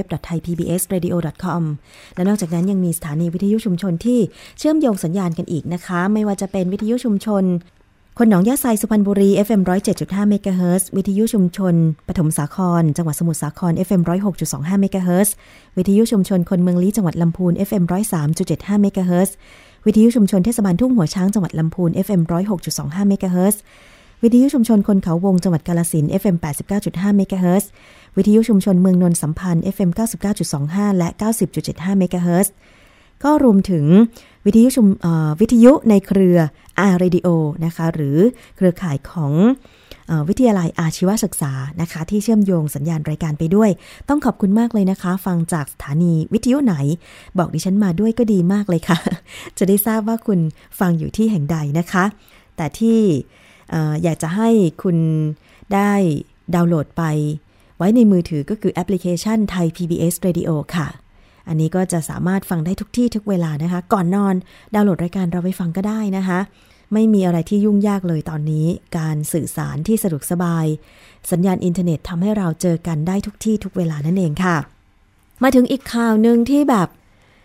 www.thaipbsradio.com และนอกจากนั้นยังมีสถานีวิทยุชุมชนที่เชื่อมโยงสัญญาณกันอีกนะคะไม่ว่าจะเป็นวิทยุชุมชนคนหนองยะไซสุพรรณบุรี FM 107.5 เมกะเฮิรตซ์วิทยุชุมชนปฐมสาครจังหวัดสมุทรสาคร FM 106.25 เมกะเฮิรตซ์วิทยุชุมชนคนเมืองลี้จังหวัดลำพูน FM 103.75 เมกะเฮิรตซ์วิทยุชุมชนเทศบาลทุ่งหัวช้างจังหวัดลำพูน FM 106.25 เมกะเฮิรตซ์วิทยุชุมชนคนเขาวงจังหวัดกาฬสินธุ์ FM 89.5 เมกะเฮิรตซ์วิทยุชุมชนเมืองนนท์สัมพันธ์ FM 99.25 และ 90.75 เมกะเฮิรตซ์ก็รวมถึงวิทยุในเครือ R-Radio นะคะหรือเครือข่ายของวิทยาลัยอาชีวศึกษานะคะที่เชื่อมโยงสัญญาณรายการไปด้วยต้องขอบคุณมากเลยนะคะฟังจากสถานีวิทยุไหนบอกดิฉันมาด้วยก็ดีมากเลยค่ะ จะได้ทราบว่าคุณฟังอยู่ที่แห่งใดนะคะแต่ที่อยากจะให้คุณได้ดาวน์โหลดไปไว้ในมือถือก็คือแอปพลิเคชัน Thai PBS Radio ค่ะอันนี้ก็จะสามารถฟังได้ทุกที่ทุกเวลานะคะก่อนนอนดาวน์โหลดรายการเราไปฟังก็ได้นะคะไม่มีอะไรที่ยุ่งยากเลยตอนนี้การสื่อสารที่สะดวกสบายสัญญาณอินเทอร์เน็ตทำให้เราเจอกันได้ทุกที่ทุกเวลานั่นเองค่ะมาถึงอีกข่าวนึงที่แบบ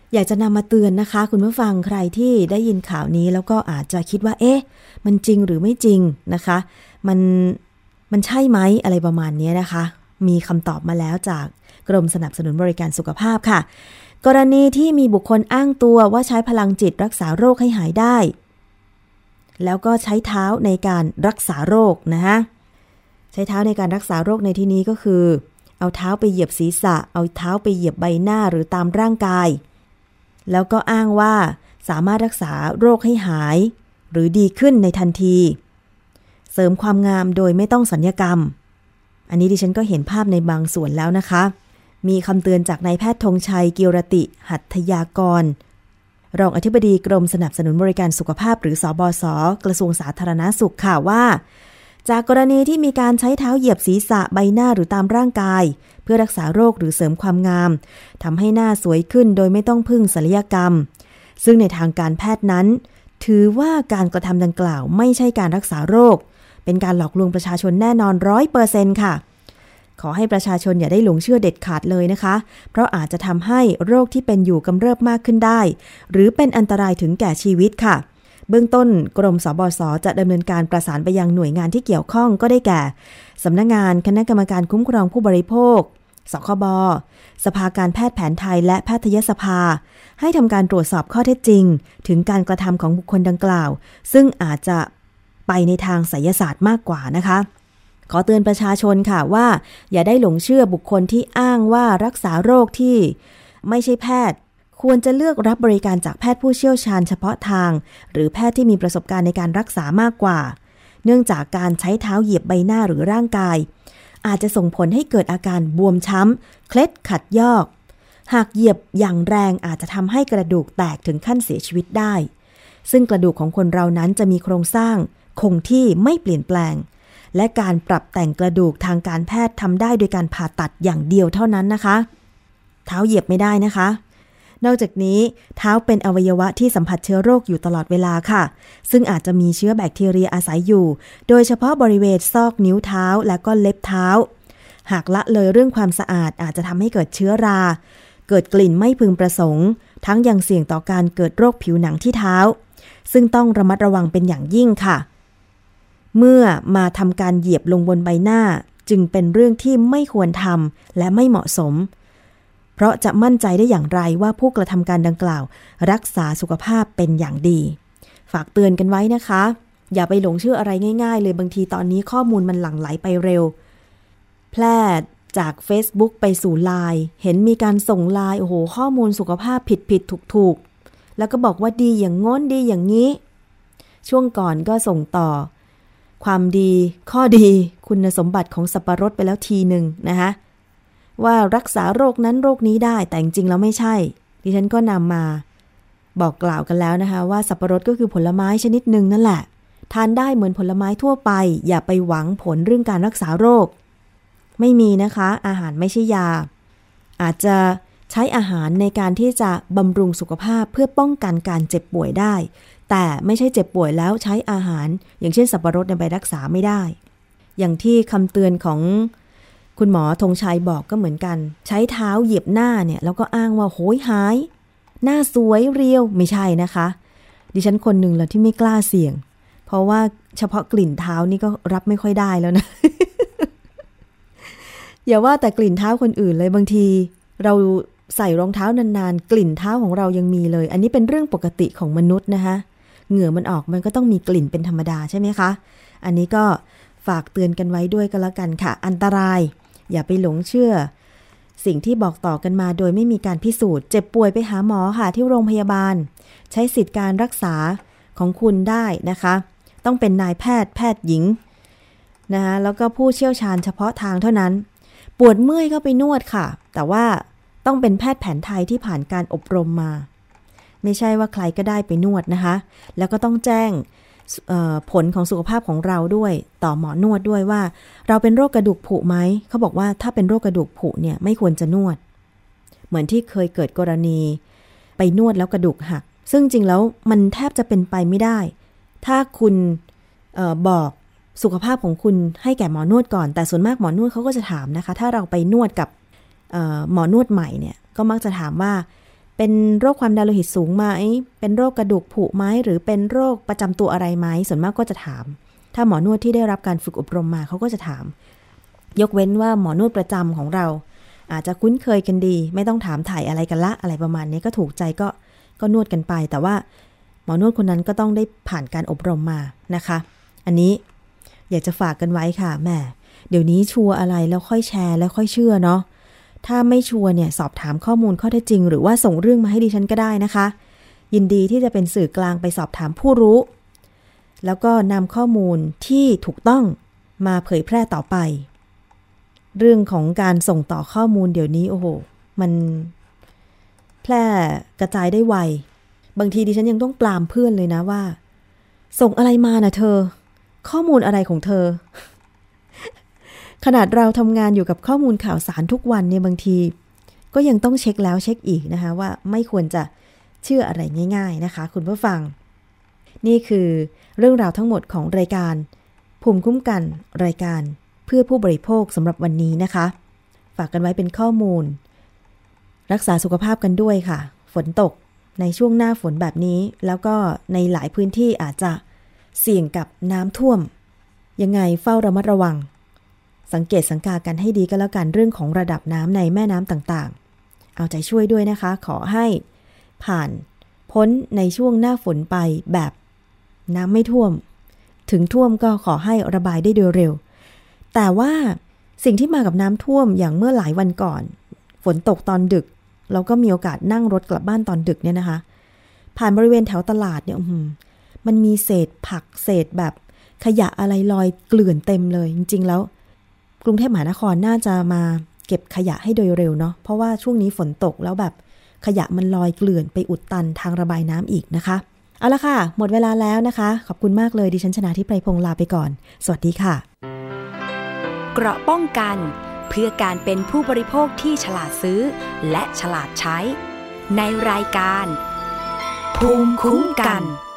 อยากจะนำมาเตือนนะคะคุณผู้ฟังใครที่ได้ยินข่าวนี้แล้วก็อาจจะคิดว่ามันจริงหรือไม่จริงนะคะมันใช่ไหมอะไรประมาณนี้นะคะมีคำตอบมาแล้วจากกรมสนับสนุนบริการสุขภาพค่ะกรณีที่มีบุคคลอ้างตัวว่าใช้พลังจิตรักษาโรคให้หายได้แล้วก็ใช้เท้าในการรักษาโรคนะคะใช้เท้าในการรักษาโรคในที่นี้ก็คือเอาเท้าไปเหยียบศีรษะเอาเท้าไปเหยียบใบหน้าหรือตามร่างกายแล้วก็อ้างว่าสามารถรักษาโรคให้หายหรือดีขึ้นในทันทีเสริมความงามโดยไม่ต้องศัลยกรรมอันนี้ดิฉันก็เห็นภาพในบางส่วนแล้วนะคะมีคำเตือนจากนายแพทย์ธงชัยกิรติหัตถยากรรองอธิบดีกรมสนับสนุนบริการสุขภาพหรือสบศ.กระทรวงสาธารณสุขค่ะว่าจากกรณีที่มีการใช้เท้าเหยียบศีรษะใบหน้าหรือตามร่างกายเพื่อรักษาโรคหรือเสริมความงามทำให้หน้าสวยขึ้นโดยไม่ต้องพึ่งศัลยกรรมซึ่งในทางการแพทย์นั้นถือว่าการกระทำดังกล่าวไม่ใช่การรักษาโรคเป็นการหลอกลวงประชาชนแน่นอน 100% ค่ะขอให้ประชาชนอย่าได้หลงเชื่อเด็ดขาดเลยนะคะเพราะอาจจะทำให้โรคที่เป็นอยู่กำเริบมากขึ้นได้หรือเป็นอันตรายถึงแก่ชีวิตค่ะเบื้องต้นกรมสบศ.จะดำเนินการประสานไปยังหน่วยงานที่เกี่ยวข้องก็ได้แก่สำนักงานคณะกรรมการคุ้มครองผู้บริโภคสคบ.สภาการแพทย์แผนไทยและแพทยสภาให้ทำการตรวจสอบข้อเท็จจริงถึงการกระทำของบุคคลดังกล่าวซึ่งอาจจะไปในทางไสยศาสตร์มากกว่านะคะขอเตือนประชาชนค่ะว่าอย่าได้หลงเชื่อบุคคลที่อ้างว่ารักษาโรคที่ไม่ใช่แพทย์ควรจะเลือกรับบริการจากแพทย์ผู้เชี่ยวชาญเฉพาะทางหรือแพทย์ที่มีประสบการณ์ในการรักษามากกว่าเนื่องจากการใช้เท้าเหยียบใบหน้าหรือร่างกายอาจจะส่งผลให้เกิดอาการบวมช้ำเคล็ดขัดยอกหากเหยียบอย่างแรงอาจจะทำให้กระดูกแตกถึงขั้นเสียชีวิตได้ซึ่งกระดูกของคนเรานั้นจะมีโครงสร้างคงที่ไม่เปลี่ยนแปลงและการปรับแต่งกระดูกทางการแพทย์ทำได้โดยการผ่าตัดอย่างเดียวเท่านั้นนะคะเท้าเหยียบไม่ได้นะคะนอกจากนี้เท้าเป็นอวัยวะที่สัมผัสเชื้อโรคอยู่ตลอดเวลาค่ะซึ่งอาจจะมีเชื้อแบคทีเรียอาศัยอยู่โดยเฉพาะบริเวณซอกนิ้วเท้าและก็เล็บเท้าหากละเลยเรื่องความสะอาดอาจจะทำให้เกิดเชื้อราเกิดกลิ่นไม่พึงประสงค์ทั้งยังเสี่ยงต่อการเกิดโรคผิวหนังที่เท้าซึ่งต้องระมัดระวังเป็นอย่างยิ่งค่ะเมื่อมาทำการเหยียบลงบนใบหน้าจึงเป็นเรื่องที่ไม่ควรทำและไม่เหมาะสมเพราะจะมั่นใจได้อย่างไรว่าผู้กระทำการดังกล่าวรักษาสุขภาพเป็นอย่างดีฝากเตือนกันไว้นะคะอย่าไปหลงเชื่ออะไรง่ายๆเลยบางทีตอนนี้ข้อมูลมันหลั่งไหลไปเร็วแพร่จาก Facebook ไปสู่ LINE เห็นมีการส่ง LINE โอ้โหข้อมูลสุขภาพผิดๆถูกๆแล้วก็บอกว่าดีอย่างง้นดีอย่างนี้ช่วงก่อนก็ส่งต่อความดีข้อดีคุณสมบัติของสับปะรดไปแล้วทีนึงนะคะว่ารักษาโรคนั้นโรคนี้ได้แต่จริงๆแล้วไม่ใช่ดิฉันก็นำมาบอกกล่าวกันแล้วนะคะว่าสับปะรดก็คือผลไม้ชนิดหนึ่งนั่นแหละทานได้เหมือนผลไม้ทั่วไปอย่าไปหวังผลเรื่องการรักษาโรคไม่มีนะคะอาหารไม่ใช่ยาอาจจะใช้อาหารในการที่จะบำรุงสุขภาพเพื่อป้องกันการเจ็บป่วยได้แต่ไม่ใช่เจ็บป่วยแล้วใช้อาหารอย่างเช่นสับปะรดไปรักษาไม่ได้อย่างที่คำเตือนของคุณหมอธงชัยบอกก็เหมือนกันใช้เท้าเหยียบหน้าเนี่ยแล้วก็อ้างว่าโหยหายหน้าสวยเรียวไม่ใช่นะคะดิฉันคนหนึ่งแล้วที่ไม่กล้าเสี่ยงเพราะว่าเฉพาะกลิ่นเท้านี่ก็รับไม่ค่อยได้แล้วนะ อย่าว่าแต่กลิ่นเท้าคนอื่นเลยบางทีเราใส่รองเท้านานๆกลิ่นเท้าของเรายังมีเลยอันนี้เป็นเรื่องปกติของมนุษย์นะคะเหงื่อมันออกมันก็ต้องมีกลิ่นเป็นธรรมดาใช่ไหมคะอันนี้ก็ฝากเตือนกันไว้ด้วยกันแล้วกันค่ะอันตรายอย่าไปหลงเชื่อสิ่งที่บอกต่อกันมาโดยไม่มีการพิสูจน์เจ็บป่วยไปหาหมอค่ะที่โรงพยาบาลใช้สิทธิการรักษาของคุณได้นะคะต้องเป็นนายแพทย์แพทย์หญิงนะคะแล้วก็ผู้เชี่ยวชาญเฉพาะทางเท่านั้นปวดเมื่อยก็ไปนวดค่ะแต่ว่าต้องเป็นแพทย์แผนไทยที่ผ่านการอบรมมาไม่ใช่ว่าใครก็ได้ไปนวดนะคะแล้วก็ต้องแจ้งผลของสุขภาพของเราด้วยต่อหมอนวดด้วยว่าเราเป็นโรคกระดูกผุไหมเขาบอกว่าถ้าเป็นโรคกระดูกผุเนี่ยไม่ควรจะนวดเหมือนที่เคยเกิดกรณีไปนวดแล้วกระดูกหักซึ่งจริงแล้วมันแทบจะเป็นไปไม่ได้ถ้าคุณบอกสุขภาพของคุณให้แก่หมอนวดก่อนแต่ส่วนมากหมอนวดเขาก็จะถามนะคะถ้าเราไปนวดกับหมอนวดใหม่เนี่ยก็มักจะถามว่าเป็นโรคความดันโลหิตสูงไหมเป็นโรคกระดูกผุไหมหรือเป็นโรคประจำตัวอะไรไหมส่วนมากก็จะถามถ้าหมอนวดที่ได้รับการฝึกอบรมมาเขาก็จะถามยกเว้นว่าหมอนวดประจำของเราอาจจะคุ้นเคยกันดีไม่ต้องถามถ่ายอะไรกันละอะไรประมาณนี้ก็ถูกใจก็นวดกันไปแต่ว่าหมอนวดคนนั้นก็ต้องได้ผ่านการอบรมมานะคะอันนี้อยากจะฝากกันไว้ค่ะแม่เดี๋ยวนี้ชัวร์อะไรแล้วค่อยแชร์แล้วค่อยเชื่อเนาะถ้าไม่ชัวร์เนี่ยสอบถามข้อมูลข้อเท็จจริงหรือว่าส่งเรื่องมาให้ดิฉันก็ได้นะคะยินดีที่จะเป็นสื่อกลางไปสอบถามผู้รู้แล้วก็นำข้อมูลที่ถูกต้องมาเผยแพร่ต่อไปเรื่องของการส่งต่อข้อมูลเดี๋ยวนี้โอ้โหมันแพร่กระจายได้ไวบางทีดิฉันยังต้องปรามเพื่อนเลยนะว่าส่งอะไรมาน่ะเธอข้อมูลอะไรของเธอ ขนาดเราทำงานอยู่กับข้อมูลข่าวสารทุกวันเนี่ยบางทีก็ยังต้องเช็คแล้วเช็คอีกนะคะว่าไม่ควรจะเชื่ออะไรง่ายๆนะคะคุณผู้ฟังนี่คือเรื่องราวทั้งหมดของรายการภูมิคุ้มกันรายการเพื่อผู้บริโภคสำหรับวันนี้นะคะฝากกันไว้เป็นข้อมูลรักษาสุขภาพกันด้วยค่ะฝนตกในช่วงหน้าฝนแบบนี้แล้วก็ในหลายพื้นที่อาจจะเสี่ยงกับน้ำท่วมยังไงเฝ้าระมัดระวังสังเกตสังกากันให้ดีก็แล้วกันเรื่องของระดับน้ำในแม่น้ำต่างๆเอาใจช่วยด้วยนะคะขอให้ผ่านพ้นในช่วงหน้าฝนไปแบบน้ำไม่ท่วมถึงท่วมก็ขอให้ระบายได้โดยเร็วแต่ว่าสิ่งที่มากับน้ำท่วมอย่างเมื่อหลายวันก่อนฝนตกตอนดึกเราก็มีโอกาสนั่งรถกลับบ้านตอนดึกเนี่ยนะคะผ่านบริเวณแถวตลาดเนี่ยมันมีเศษผักเศษแบบขยะอะไรลอยเกลื่อนเต็มเลยจริงๆแล้วกรุงเทพมหานครน่าจะมาเก็บขยะให้โดยเร็วเนาะเพราะว่าช่วงนี้ฝนตกแล้วแบบขยะมันลอยเกลื่อนไปอุดตันทางระบายน้ำอีกนะคะเอาละค่ะหมดเวลาแล้วนะคะขอบคุณมากเลยดิฉันชนาธิปไพพงษ์ลาไปก่อนสวัสดีค่ะเกราะป้องกันเพื่อการเป็นผู้บริโภคที่ฉลาดซื้อและฉลาดใช้ในรายการภูมิคุ้มกัน